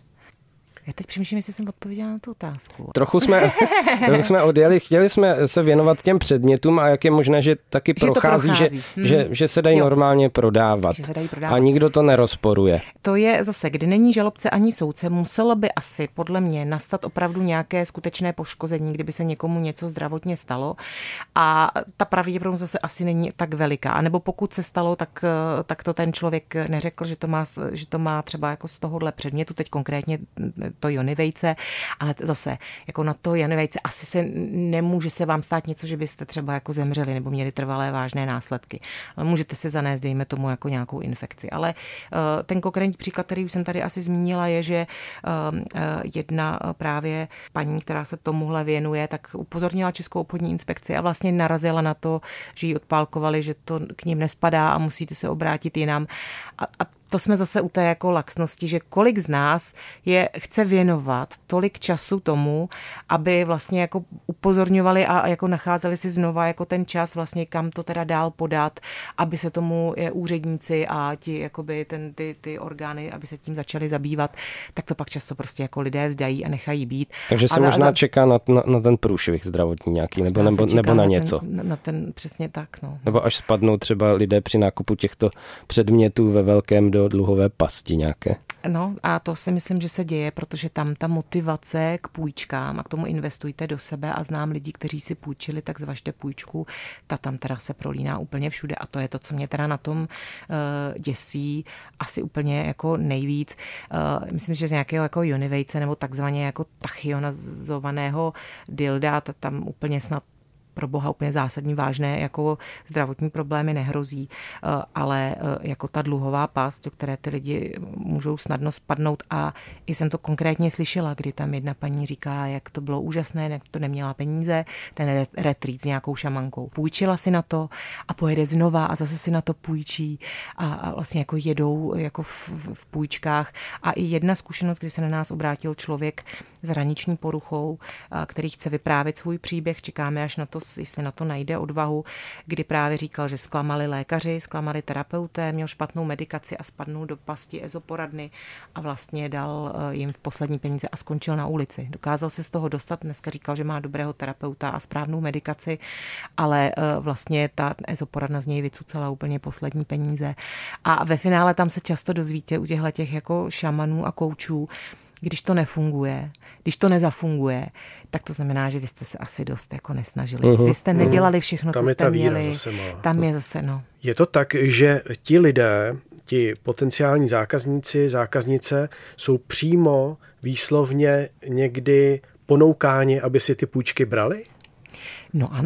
Já teď přemýšlím, jestli jsem odpověděla na tu otázku. Trochu jsme, trochu jsme odjeli, chtěli jsme se věnovat těm předmětům a jak je možné, že taky že prochází, prochází. Že, hmm. že, že se dají jo. normálně prodávat. Že se dají prodávat. A nikdo to nerozporuje. To je zase, kdy není žalobce ani soudce, muselo by asi podle mě nastat opravdu nějaké skutečné poškození, kdyby se někomu něco zdravotně stalo a ta pravděpodobnost zase asi není tak veliká. A nebo pokud se stalo, tak, tak to ten člověk neřekl, že to má, že to má třeba jako z tohohle předmětu, teď konkrétně to jony vejce, ale zase jako na to jony vejce asi se nemůže se vám stát něco, že byste třeba jako zemřeli nebo měli trvalé vážné následky. Ale můžete si zanést, dejme tomu, jako nějakou infekci. Ale uh, ten konkrétní příklad, který už jsem tady asi zmínila, je, že uh, jedna právě paní, která se tomuhle věnuje, tak upozornila Českou obchodní inspekci a vlastně narazila na to, že ji odpálkovali, že to k ním nespadá a musíte se obrátit jinam. A, a to jsme zase u té jako laxnosti, že kolik z nás je chce věnovat tolik času tomu, aby vlastně jako upozorňovali a jako nacházeli si znova jako ten čas vlastně kam to teda dál podat, aby se tomu je úředníci a ti jakoby ten, ty, ty orgány, aby se tím začali zabývat, tak to pak často prostě jako lidé vzdají a nechají být. Takže se a možná za... čeká na, na, na ten průšvih zdravotní nějaký, nebo, nebo, nebo na, na něco. Ten, na ten přesně tak, no. Nebo až spadnou třeba lidé při nákupu těchto předmětů ve velkém do dluhové pasti nějaké. No a to si myslím, že se děje, protože tam ta motivace k půjčkám a k tomu investujte do sebe a znám lidi, kteří si půjčili, tak zvažte půjčku, ta tam teda se prolíná úplně všude a to je to, co mě teda na tom uh, děsí asi úplně jako nejvíc. Uh, myslím, že z nějakého jako jony vejce nebo takzvaně jako tachionizovaného dilda, tam úplně snad pro boha úplně zásadní vážné jako zdravotní problémy nehrozí, ale jako ta dluhová past, do které ty lidi můžou snadno spadnout a i jsem to konkrétně slyšela, kdy tam jedna paní říká, jak to bylo úžasné, jak to neměla peníze, ten retreat s nějakou šamankou. Půjčila si na to a pojede znova a zase si na to půjčí a, a vlastně jako jedou jako v, v půjčkách a i jedna zkušenost, kdy se na nás obrátil člověk s hraniční poruchou, který chce vyprávět svůj příběh, čekáme až na to, jestli na to najde odvahu, kdy právě říkal, že zklamali lékaři, zklamali terapeuté, měl špatnou medikaci a spadnul do pasti ezoporadny a vlastně dal jim v poslední peníze a skončil na ulici. Dokázal se z toho dostat, dneska říkal, že má dobrého terapeuta a správnou medikaci, ale vlastně ta ezoporadna z něj vycucala úplně poslední peníze. A ve finále tam se často dozvíte u těchto těch jako šamanů a koučů, když to nefunguje, když to nezafunguje, tak to znamená, že vy jste se asi dost jako nesnažili. Uh-huh, vy jste nedělali všechno, tam co jste měli. Zase tam je zase, no. Je to tak, že ti lidé, ti potenciální zákazníci, zákaznice jsou přímo výslovně někdy ponoukáni, aby si ty půjčky brali? No ano.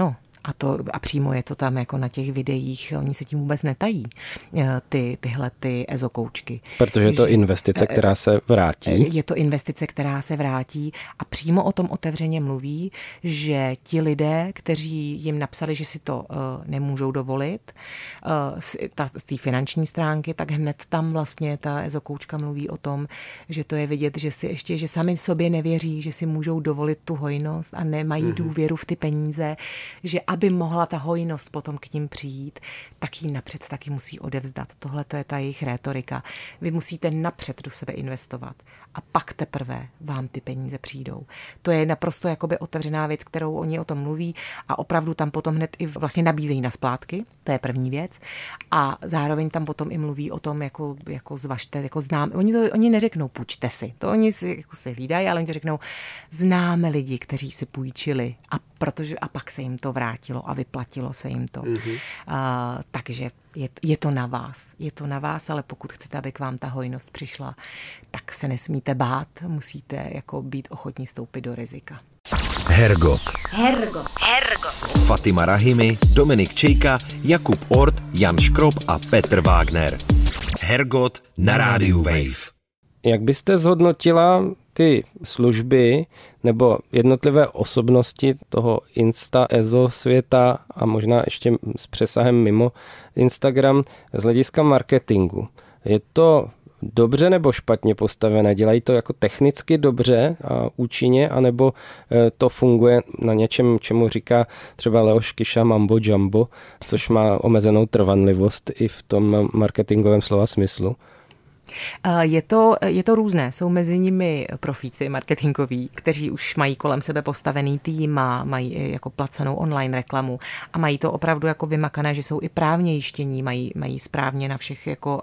A, to, a přímo je to tam jako na těch videích, oni se tím vůbec netají, ty, tyhle ty ezokoučky. Protože je to investice, která se vrátí. Je to investice, která se vrátí a přímo o tom otevřeně mluví, že ti lidé, kteří jim napsali, že si to uh, nemůžou dovolit uh, z, ta, z té finanční stránky, tak hned tam vlastně ta ezokoučka mluví o tom, že to je vidět, že si ještě, že sami sobě nevěří, že si můžou dovolit tu hojnost a nemají mm-hmm. důvěru v ty peníze, že aby mohla ta hojnost potom k ním přijít, tak ji napřed taky musí odevzdat. Tohle to je ta jejich rétorika. Vy musíte napřed do sebe investovat a pak teprve vám ty peníze přijdou. To je naprosto jakoby otevřená věc, kterou oni o tom mluví a opravdu tam potom hned i vlastně nabízejí na splátky, to je první věc. A zároveň tam potom i mluví o tom, jako, jako zvažte, jako znám. Oni, to, oni neřeknou půjčte si, to oni si, jako si hlídají, ale oni to řeknou, známe lidi, kteří si půjčili a, protože, a pak se jim to vrátilo a vyplatilo se jim to. Mm-hmm. Uh, takže je, je to na vás. Je to na vás, ale pokud chcete, aby k vám ta hojnost přišla, tak se nesmíte bát, musíte jako být ochotní vstoupit do rizika. Hergot. Hergot. Hergot. Fatima Rahimi, Dominik Čejka, Jakub Ort, Jan Škrob a Petr Wagner. Hergot na rádiu Wave. Jak byste zhodnotila ty služby nebo jednotlivé osobnosti toho Insta, Ezo světa a možná ještě s přesahem mimo Instagram z hlediska marketingu? Je to dobře nebo špatně postavené? Dělají to jako technicky dobře a účinně, anebo to funguje na něčem, čemu říká třeba Leoš Kyša Mambo Jumbo, což má omezenou trvanlivost i v tom marketingovém slova smyslu? Je to, je to různé. Jsou mezi nimi profíci marketingoví, kteří už mají kolem sebe postavený tým a mají jako placenou online reklamu a mají to opravdu jako vymakané, že jsou i právně jištění, mají, mají správně na všech jako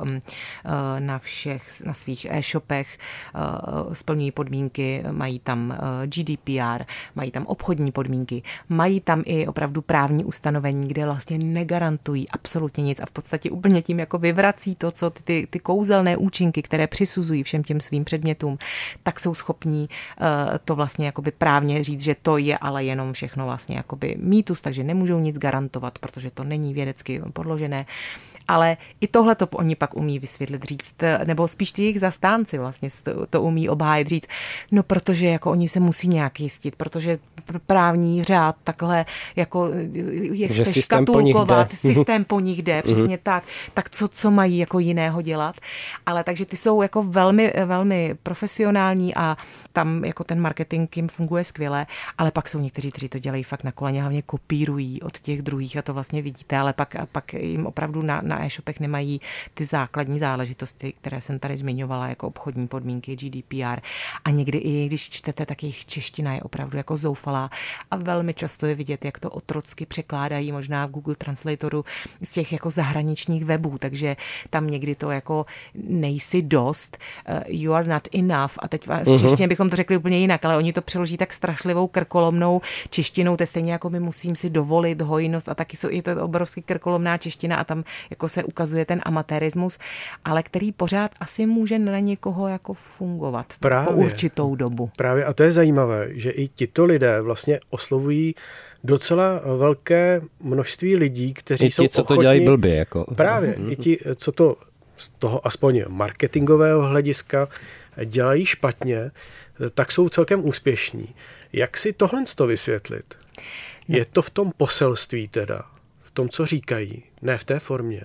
na všech, na svých e-shopech splňují podmínky, mají tam G D P R, mají tam obchodní podmínky, mají tam i opravdu právní ustanovení, kde vlastně negarantují absolutně nic a v podstatě úplně tím jako vyvrací to, co ty, ty kouzelné účinky, které přisuzují všem těm svým předmětům, tak jsou schopní uh, to vlastně jakoby právně říct, že to je ale jenom všechno vlastně jakoby mýtus, takže nemůžou nic garantovat, protože to není vědecky podložené. Ale i tohle to oni pak umí vysvětlit, říct, nebo spíš ty jejich zastánci vlastně to, to umí obhájit, říct, no protože jako oni se musí nějak jistit, protože právní řád takhle jako je chce systém škatulkovat, systém po nich jde, přesně tak, tak co, co mají jako jiného dělat. Ale takže ty jsou jako velmi, velmi profesionální a tam jako ten marketing jim funguje skvěle, ale pak jsou někteří, kteří to dělají fakt na koleně, hlavně kopírují od těch druhých a to vlastně vidíte, ale pak, pak jim opravdu na, na e-shopech nemají ty základní záležitosti, které jsem tady zmiňovala, jako obchodní podmínky, G D P R. A někdy i když čtete, tak jejich čeština je opravdu jako zoufalá a velmi často je vidět, jak to otrocky překládají možná v Google Translatoru z těch jako zahraničních webů, takže tam někdy to jako nejsi dost, uh, you are not enough a teď v češtině bychom to řekli úplně jinak, ale oni to přeloží tak strašlivou krkolomnou češtinou, to je stejně jako my musím si dovolit hojnost a taky jsou, je to obrovský krkolomná čeština a tam jako se ukazuje ten amatérismus, ale který pořád asi může na někoho jako fungovat právě, po určitou dobu. Právě a to je zajímavé, že i tito lidé vlastně oslovují docela velké množství lidí, kteří I jsou ti, co ochotní, to dělají blbě. Jako. Právě, i ti, co to z toho aspoň marketingového hlediska dělají špatně, tak jsou celkem úspěšní. Jak si tohle to vysvětlit? No. Je to v tom poselství teda, v tom, co říkají, ne v té formě?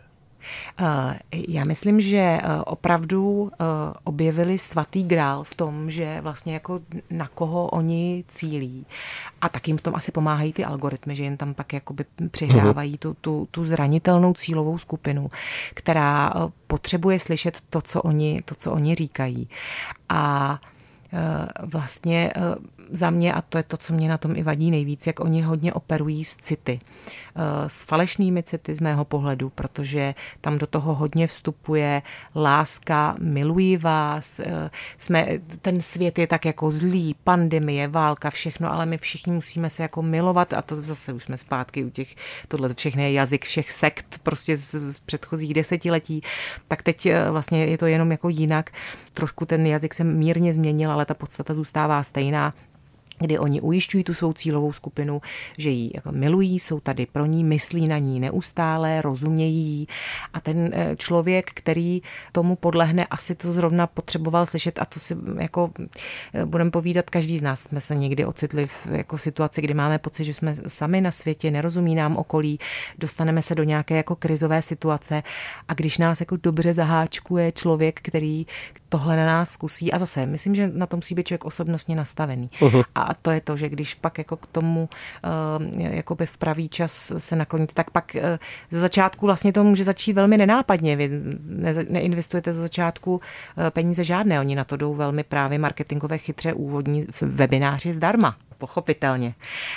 Já myslím, že opravdu objevili svatý grál v tom, že vlastně jako na koho oni cílí. A tak jim v tom asi pomáhají ty algoritmy, že jim tam pak jakoby přihrávají tu, tu, tu zranitelnou cílovou skupinu, která potřebuje slyšet to, co oni, to, co oni říkají. A vlastně za mě, a to je to, co mě na tom i vadí nejvíc, jak oni hodně operují s city. S falešnými city z mého pohledu, protože tam do toho hodně vstupuje láska, miluji vás, jsme, ten svět je tak jako zlý, pandemie, válka, všechno, ale my všichni musíme se jako milovat a to zase už jsme zpátky u těch, tohle všechny je jazyk všech sekt prostě z, z předchozích desetiletí, tak teď vlastně je to jenom jako jinak. Trošku ten jazyk se mírně změnil, ale ta podstata zůstává stejná. kdy oni ujišťují tu svou cílovou skupinu, že ji jako milují, jsou tady pro ní, myslí na ní neustále, rozumějí jí a ten člověk, který tomu podlehne, asi to zrovna potřeboval slyšet a to si jako budeme povídat, každý z nás jsme se někdy ocitli v jako situaci, kdy máme pocit, že jsme sami na světě, nerozumí nám okolí, dostaneme se do nějaké jako krizové situace a když nás jako dobře zaháčkuje člověk, který tohle na nás zkusí a zase, myslím, že na to musí být člověk osobnostně nastavený. Uh-huh. A to je to, že když pak jako k tomu uh, jakoby v pravý čas se nakloníte, tak pak uh, ze začátku vlastně to může začít velmi nenápadně. Vy ne, neinvestujete ze začátku uh, peníze žádné, oni na to jdou velmi právě marketingové chytře úvodní webináři zdarma. Pochopitelně.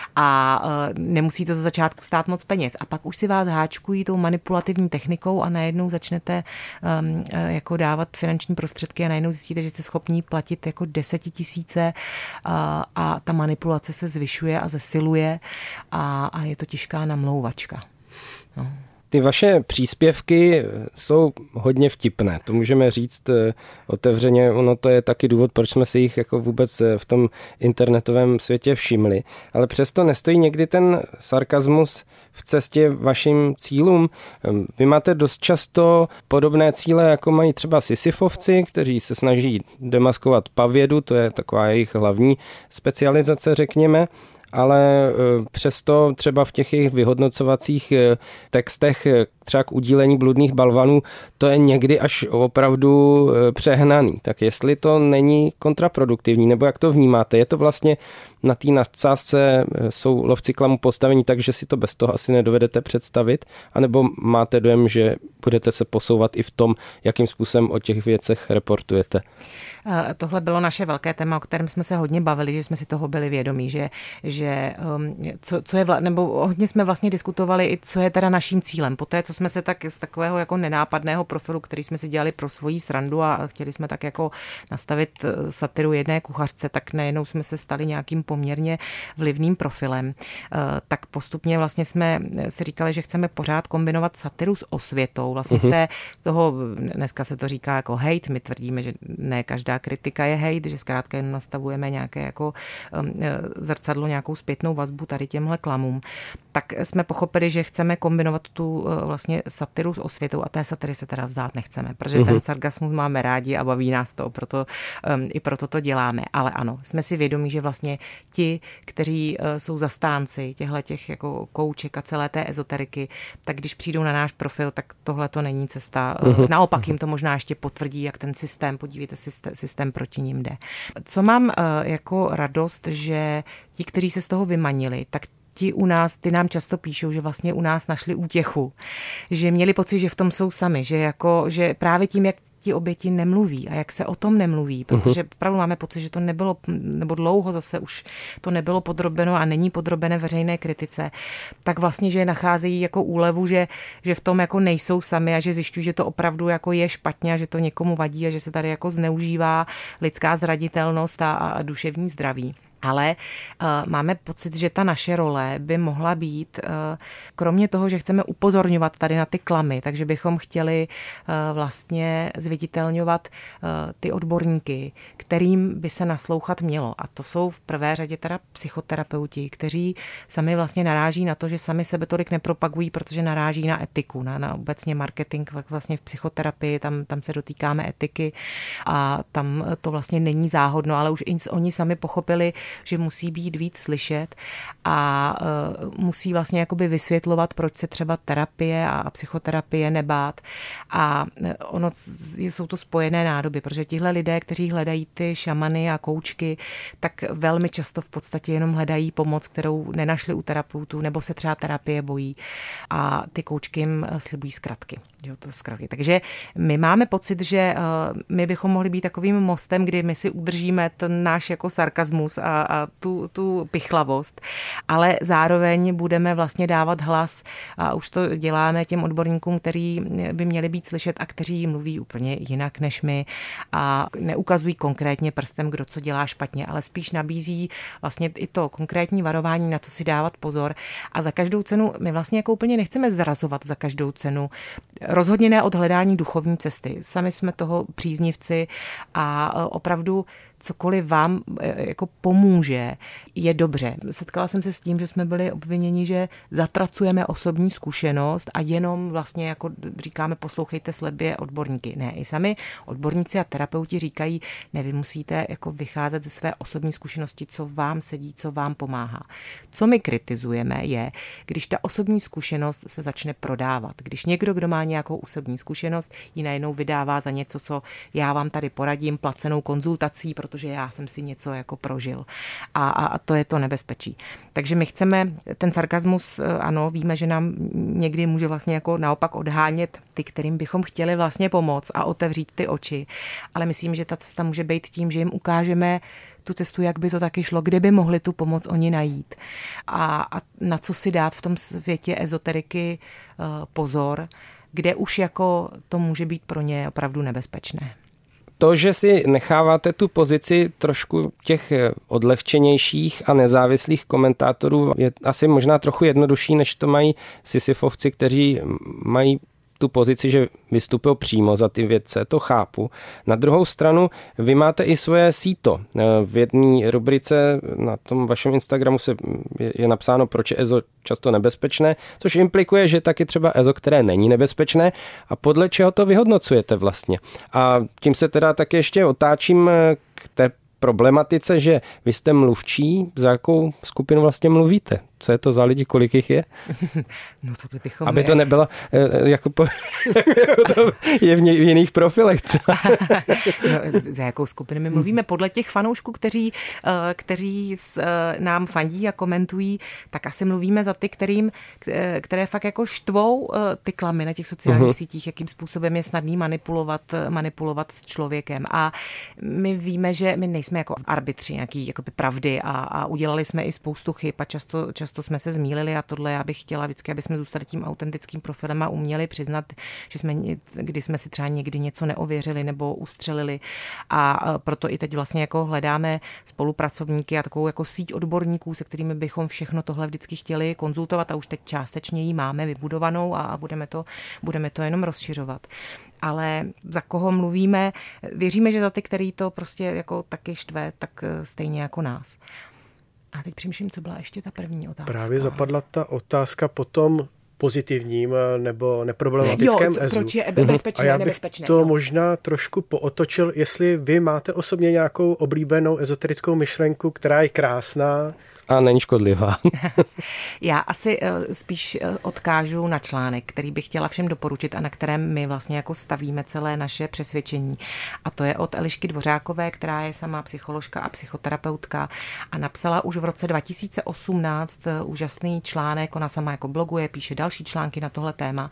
A uh, nemusí to za začátku stát moc peněz. A pak už si vás háčkují tou manipulativní technikou a najednou začnete um, uh, jako dávat finanční prostředky a najednou zjistíte, že jste schopní platit jako desetitisíce uh, a ta manipulace se zvyšuje a zesiluje a, a je to těžká namlouvačka. No. Ty vaše příspěvky jsou hodně vtipné, to můžeme říct otevřeně, ono to je taky důvod, proč jsme si jich jako vůbec v tom internetovém světě všimli, ale přesto nestojí někdy ten sarkazmus v cestě vašim cílům. Vy máte dost často podobné cíle, jako mají třeba sisyfovci, kteří se snaží demaskovat pavědu, to je taková jejich hlavní specializace, řekněme, ale přesto třeba v těch jejich vyhodnocovacích textech třeba k udílení bludných balvanů, to je někdy až opravdu přehnaný. Tak jestli to není kontraproduktivní, nebo jak to vnímáte? Je to vlastně na té nadsázce, jsou lovci klamu postavení tak, že si to bez toho asi nedovedete představit? Anebo máte dojem, že budete se posouvat i v tom, jakým způsobem o těch věcech reportujete? Tohle bylo naše velké téma, o kterém jsme se hodně bavili, že jsme si toho byli vědomí, že, že co, co je, vla, nebo hodně jsme vlastně diskutovali i co je teda naším cílem. Poté, co jsme se tak z takového jako nenápadného profilu, který jsme si dělali pro svoji srandu a chtěli jsme tak jako nastavit satiru jedné kuchařce, tak najednou jsme se stali nějakým poměrně vlivným profilem. Tak postupně vlastně jsme si říkali, že chceme pořád kombinovat satiru s osvětou. Vlastně z té toho, dneska se to říká jako hate, my tvrdíme, že ne každá kritika je hate, že zkrátka jen nastavujeme nějaké jako um, zrcadlo, nějakou zpětnou vazbu tady těmhle klamům. Tak jsme pochopili, že chceme kombinovat tu uh, vlastně satiru s osvětou a té satiry se teda vzdát nechceme, protože uh-huh. ten sarkasmus máme rádi a baví nás to, proto, um, i proto to děláme. Ale ano, jsme si vědomí, že vlastně ti, kteří uh, jsou zastánci těchto těch jako kouček a celé té ezoteriky, tak když přijdou na náš profil, tak tohle to není cesta. Uh-huh. Naopak jim to možná ještě potvrdí, jak ten systém, podívejte, systém, systém proti ním jde. Co mám uh, jako radost, že ti, kteří se z toho vymanili, tak ti u nás, ty nám často píšou, že vlastně u nás našli útěchu, že měli pocit, že v tom jsou sami, že jako, že právě tím, jak ti oběti nemluví a jak se o tom nemluví, protože opravdu máme pocit, že to nebylo, nebo dlouho zase už to nebylo podrobeno a není podrobené veřejné kritice, tak vlastně, že nacházejí jako úlevu, že, že v tom jako nejsou sami a že zjišťují, že to opravdu jako je špatně a že to někomu vadí a že se tady jako zneužívá lidská zranitelnost a, a duševní zdraví. Ale uh, máme pocit, že ta naše role by mohla být, uh, kromě toho, že chceme upozorňovat tady na ty klamy, takže bychom chtěli uh, vlastně zviditelňovat uh, ty odborníky, kterým by se naslouchat mělo. A to jsou v prvé řadě teda psychoterapeuti, kteří sami vlastně naráží na to, že sami sebe tolik nepropagují, protože naráží na etiku, na, na obecně marketing vlastně v psychoterapii, tam, tam se dotýkáme etiky a tam to vlastně není záhodno, ale už oni sami pochopili, že musí být víc slyšet a uh, musí vlastně jakoby vysvětlovat, proč se třeba terapie a psychoterapie nebát. A ono jsou to spojené nádoby, protože tihle lidé, kteří hledají ty šamany a koučky, tak velmi často v podstatě jenom hledají pomoc, kterou nenašli u terapeutů, nebo se třeba terapie bojí a ty koučky jim slibují zkratky. Jo, to zkratky. Takže my máme pocit, že uh, my bychom mohli být takovým mostem, kdy my si udržíme ten náš jako sarkazmus a, a tu, tu pichlavost, ale zároveň budeme vlastně dávat hlas a už to děláme těm odborníkům, kteří by měli být slyšet a kteří mluví úplně jinak než my a neukazují konkrétně prstem, kdo co dělá špatně, ale spíš nabízí vlastně i to konkrétní varování, na co si dávat pozor a za každou cenu, my vlastně jako úplně nechceme zrazovat za každou cenu. Rozhodně ne od hledání duchovní cesty. Sami jsme toho příznivci a opravdu cokoliv vám jako pomůže, je dobře. Setkala jsem se s tím, že jsme byli obviněni, že zatracujeme osobní zkušenost a jenom vlastně jako říkáme, poslouchejte slabě odborníky. Ne, i sami odborníci a terapeuti říkají, ne, vy musíte jako vycházet ze své osobní zkušenosti, co vám sedí, co vám pomáhá. Co my kritizujeme je, když ta osobní zkušenost se začne prodávat. Když někdo, kdo má nějakou osobní zkušenost, ji najednou vydává za něco, co já vám tady poradím, placenou konzultací, protože já jsem si něco jako prožil. A, a, a to je to nebezpečí. Takže my chceme, ten sarkazmus, ano, víme, že nám někdy může vlastně jako naopak odhánět ty, kterým bychom chtěli vlastně pomoct a otevřít ty oči. Ale myslím, že ta cesta může být tím, že jim ukážeme tu cestu, jak by to taky šlo, kde by mohli tu pomoc oni najít. A, a na co si dát v tom světě ezoteriky uh, pozor, kde už jako to může být pro ně opravdu nebezpečné. To, že si necháváte tu pozici trošku těch odlehčenějších a nezávislých komentátorů, je asi možná trochu jednodušší, než to mají sisyfovci, kteří mají tu pozici, že vystupují přímo za ty vědce, to chápu. Na druhou stranu, vy máte i svoje síto. V jedné rubrice na tom vašem Instagramu se je napsáno, proč je EZO často nebezpečné, což implikuje, že taky třeba EZO, které není nebezpečné, a podle čeho to vyhodnocujete vlastně. A tím se teda taky ještě otáčím k té problematice, že vy jste mluvčí, za jakou skupinu vlastně mluvíte? Co je to za lidi, kolik jich je? No to kdybychom... Aby to nebylo, jako, po, jako to je v, ně, v jiných profilech třeba. No, za jakou skupinu my mluvíme? Podle těch fanoušků, kteří, kteří nám fandí a komentují, tak asi mluvíme za ty, kterým, které fakt jako štvou ty klamy na těch sociálních uh-huh. sítích, jakým způsobem je snadný manipulovat, manipulovat s člověkem. A my víme, že my nejsme jako arbitři nějaký jakoby pravdy a, a udělali jsme i spoustu chyb a často, často to jsme se zmýlili a tohle já bych chtěla vždycky, aby jsme zůstali tím autentickým profilem a uměli přiznat, že jsme, kdy jsme si třeba někdy něco neověřili nebo ustřelili, a proto i teď vlastně jako hledáme spolupracovníky a takovou jako síť odborníků, se kterými bychom všechno tohle vždycky chtěli konzultovat a už teď částečně ji máme vybudovanou a budeme to, budeme to jenom rozšiřovat. Ale za koho mluvíme, věříme, že za ty, který to prostě jako taky štve, tak stejně jako nás. A teď přemýšlím, co byla ještě ta první otázka. Právě zapadla ta otázka potom pozitivním nebo neproblematickém jo, EZU. Proč je bezpečné, a já bych nebezpečné. to jo. možná trošku pootočil, jestli vy máte osobně nějakou oblíbenou ezoterickou myšlenku, která je krásná, a není škodlivá. Já asi spíš odkážu na článek, který bych chtěla všem doporučit a na kterém my vlastně jako stavíme celé naše přesvědčení. A to je od Elišky Dvořákové, která je sama psycholožka a psychoterapeutka a napsala už v roce dva tisíce osmnáct úžasný článek, ona sama jako bloguje, píše další články na tohle téma.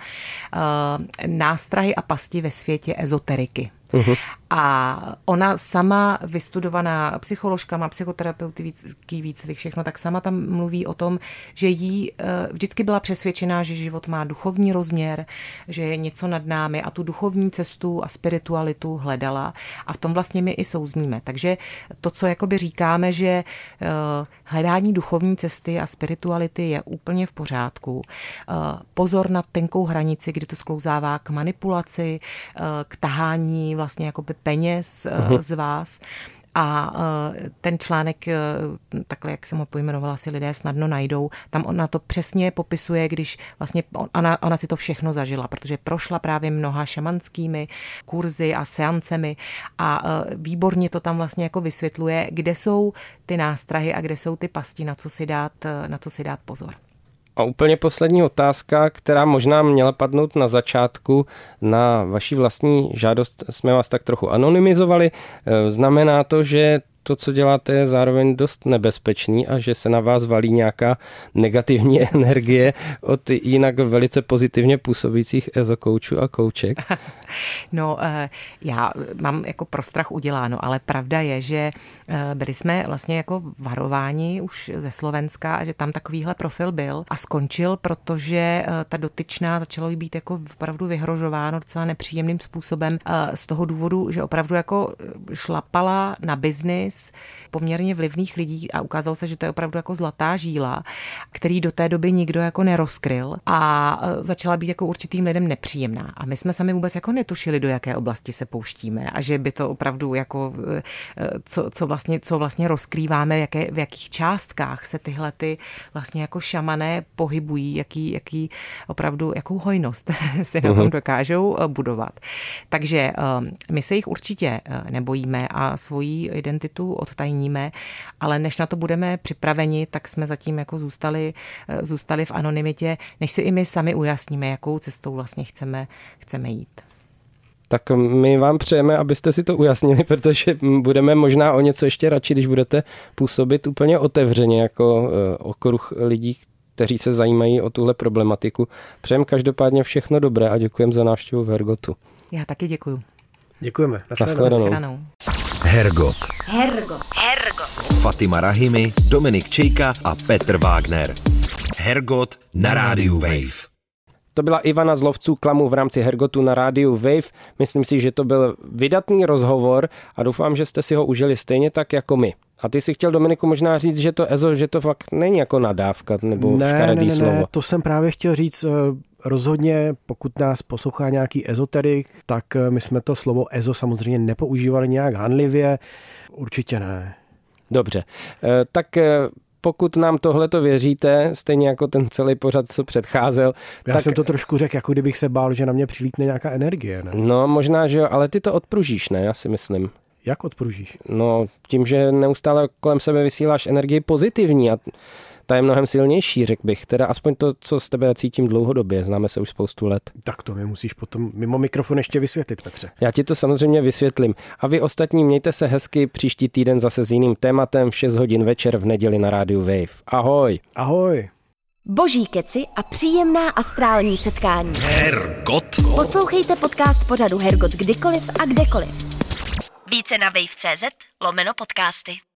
Nástrahy a pasti ve světě ezoteriky. Uhum. A ona sama, vystudovaná psycholožka, má psychoterapeutický výcvik, všechno, tak sama tam mluví o tom, že jí vždycky byla přesvědčená, že život má duchovní rozměr, že je něco nad námi a tu duchovní cestu a spiritualitu hledala a v tom vlastně my i souzníme. Takže to, co jakoby říkáme, že hledání duchovní cesty a spirituality je úplně v pořádku. Pozor na tenkou hranici, kdy to sklouzává k manipulaci, k tahání vlastně jakoby peněz uh-huh. z vás. A ten článek, takhle jak jsem ho pojmenovala, si lidé snadno najdou. Tam ona to přesně popisuje, když vlastně ona, ona si to všechno zažila, protože prošla právě mnoha šamanskými kurzy a seancemi a výborně to tam vlastně jako vysvětluje, kde jsou ty nástrahy a kde jsou ty pasti, na co si dát, na co si dát pozor. A úplně poslední otázka, která možná měla padnout na začátku, na vaši vlastní žádost jsme vás tak trochu anonymizovali. Znamená to, že to, co děláte, je zároveň dost nebezpečný a že se na vás valí nějaká negativní energie od jinak velice pozitivně působících ezokoučů a kouček? No, já mám jako pro strach uděláno, ale pravda je, že byli jsme vlastně jako varováni už ze Slovenska a že tam takovýhle profil byl a skončil, protože ta dotyčná začalo jí být jako opravdu vyhrožováno docela nepříjemným způsobem z toho důvodu, že opravdu jako šlapala na biznis biznis poměrně vlivných lidí a ukázalo se, že to je opravdu jako zlatá žíla, který do té doby nikdo jako nerozkryl a začala být jako určitým lidem nepříjemná. A my jsme sami vůbec jako netušili, do jaké oblasti se pouštíme a že by to opravdu jako, co, co, vlastně, co vlastně rozkrýváme, v, jaké, v jakých částkách se tyhle ty vlastně jako šamané pohybují, jaký, jaký opravdu, jakou hojnost si na tom dokážou budovat. Takže my se jich určitě nebojíme a svoji identitu odtajníme, ale než na to budeme připraveni, tak jsme zatím jako zůstali, zůstali v anonymitě, než si i my sami ujasníme, jakou cestou vlastně chceme, chceme jít. Tak my vám přejeme, abyste si to ujasnili, protože budeme možná o něco ještě radši, když budete působit úplně otevřeně jako okruh lidí, kteří se zajímají o tuhle problematiku. Přejem každopádně všechno dobré a děkujeme za návštěvu v Hergotu. Já taky děkuju. Děkujeme. Nashledanou. Hergot. Hergot. Hergot. Fatima Rahimi, Dominik Čejka a Petr Wagner. Hergot na rádiu Wave. To byla Ivana z Lovců Klamu v rámci Hergotu na rádiu Wave. Myslím si, že to byl vydatný rozhovor a doufám, že jste si ho užili stejně tak jako my. A ty si chtěl, Dominiku, možná říct, že to ezo, že to fakt není jako nadávka nebo ne, škaredý ne, ne, slovo. Ne, to jsem právě chtěl říct. Rozhodně, pokud nás poslouchá nějaký ezoterik, tak my jsme to slovo ezo samozřejmě nepoužívali nějak hanlivě. Určitě ne. Dobře, tak pokud nám tohleto věříte, stejně jako ten celý pořad, co předcházel. Já tak... jsem to trošku řekl, jako kdybych se bál, že na mě přilítne nějaká energie. Ne? No možná, že jo, ale ty to odpružíš, ne? Já si myslím. Jak odpružíš? No tím, že neustále kolem sebe vysíláš energii pozitivní a ta je mnohem silnější, řekl bych. Teda aspoň to, co z tebe cítím dlouhodobě. Známe se už spoustu let. Tak to mi musíš potom mimo mikrofon ještě vysvětlit, Petře. Já ti to samozřejmě vysvětlím. A vy ostatní mějte se hezky, příští týden zase s jiným tématem v šest hodin večer v neděli na rádiu Wave. Ahoj. Ahoj. Boží keci a příjemná astrální setkání. Hergot. Poslouchejte podcast pořadu Hergot kdykoliv a kdekoliv. Více na wave tečka cz lomeno podcasty.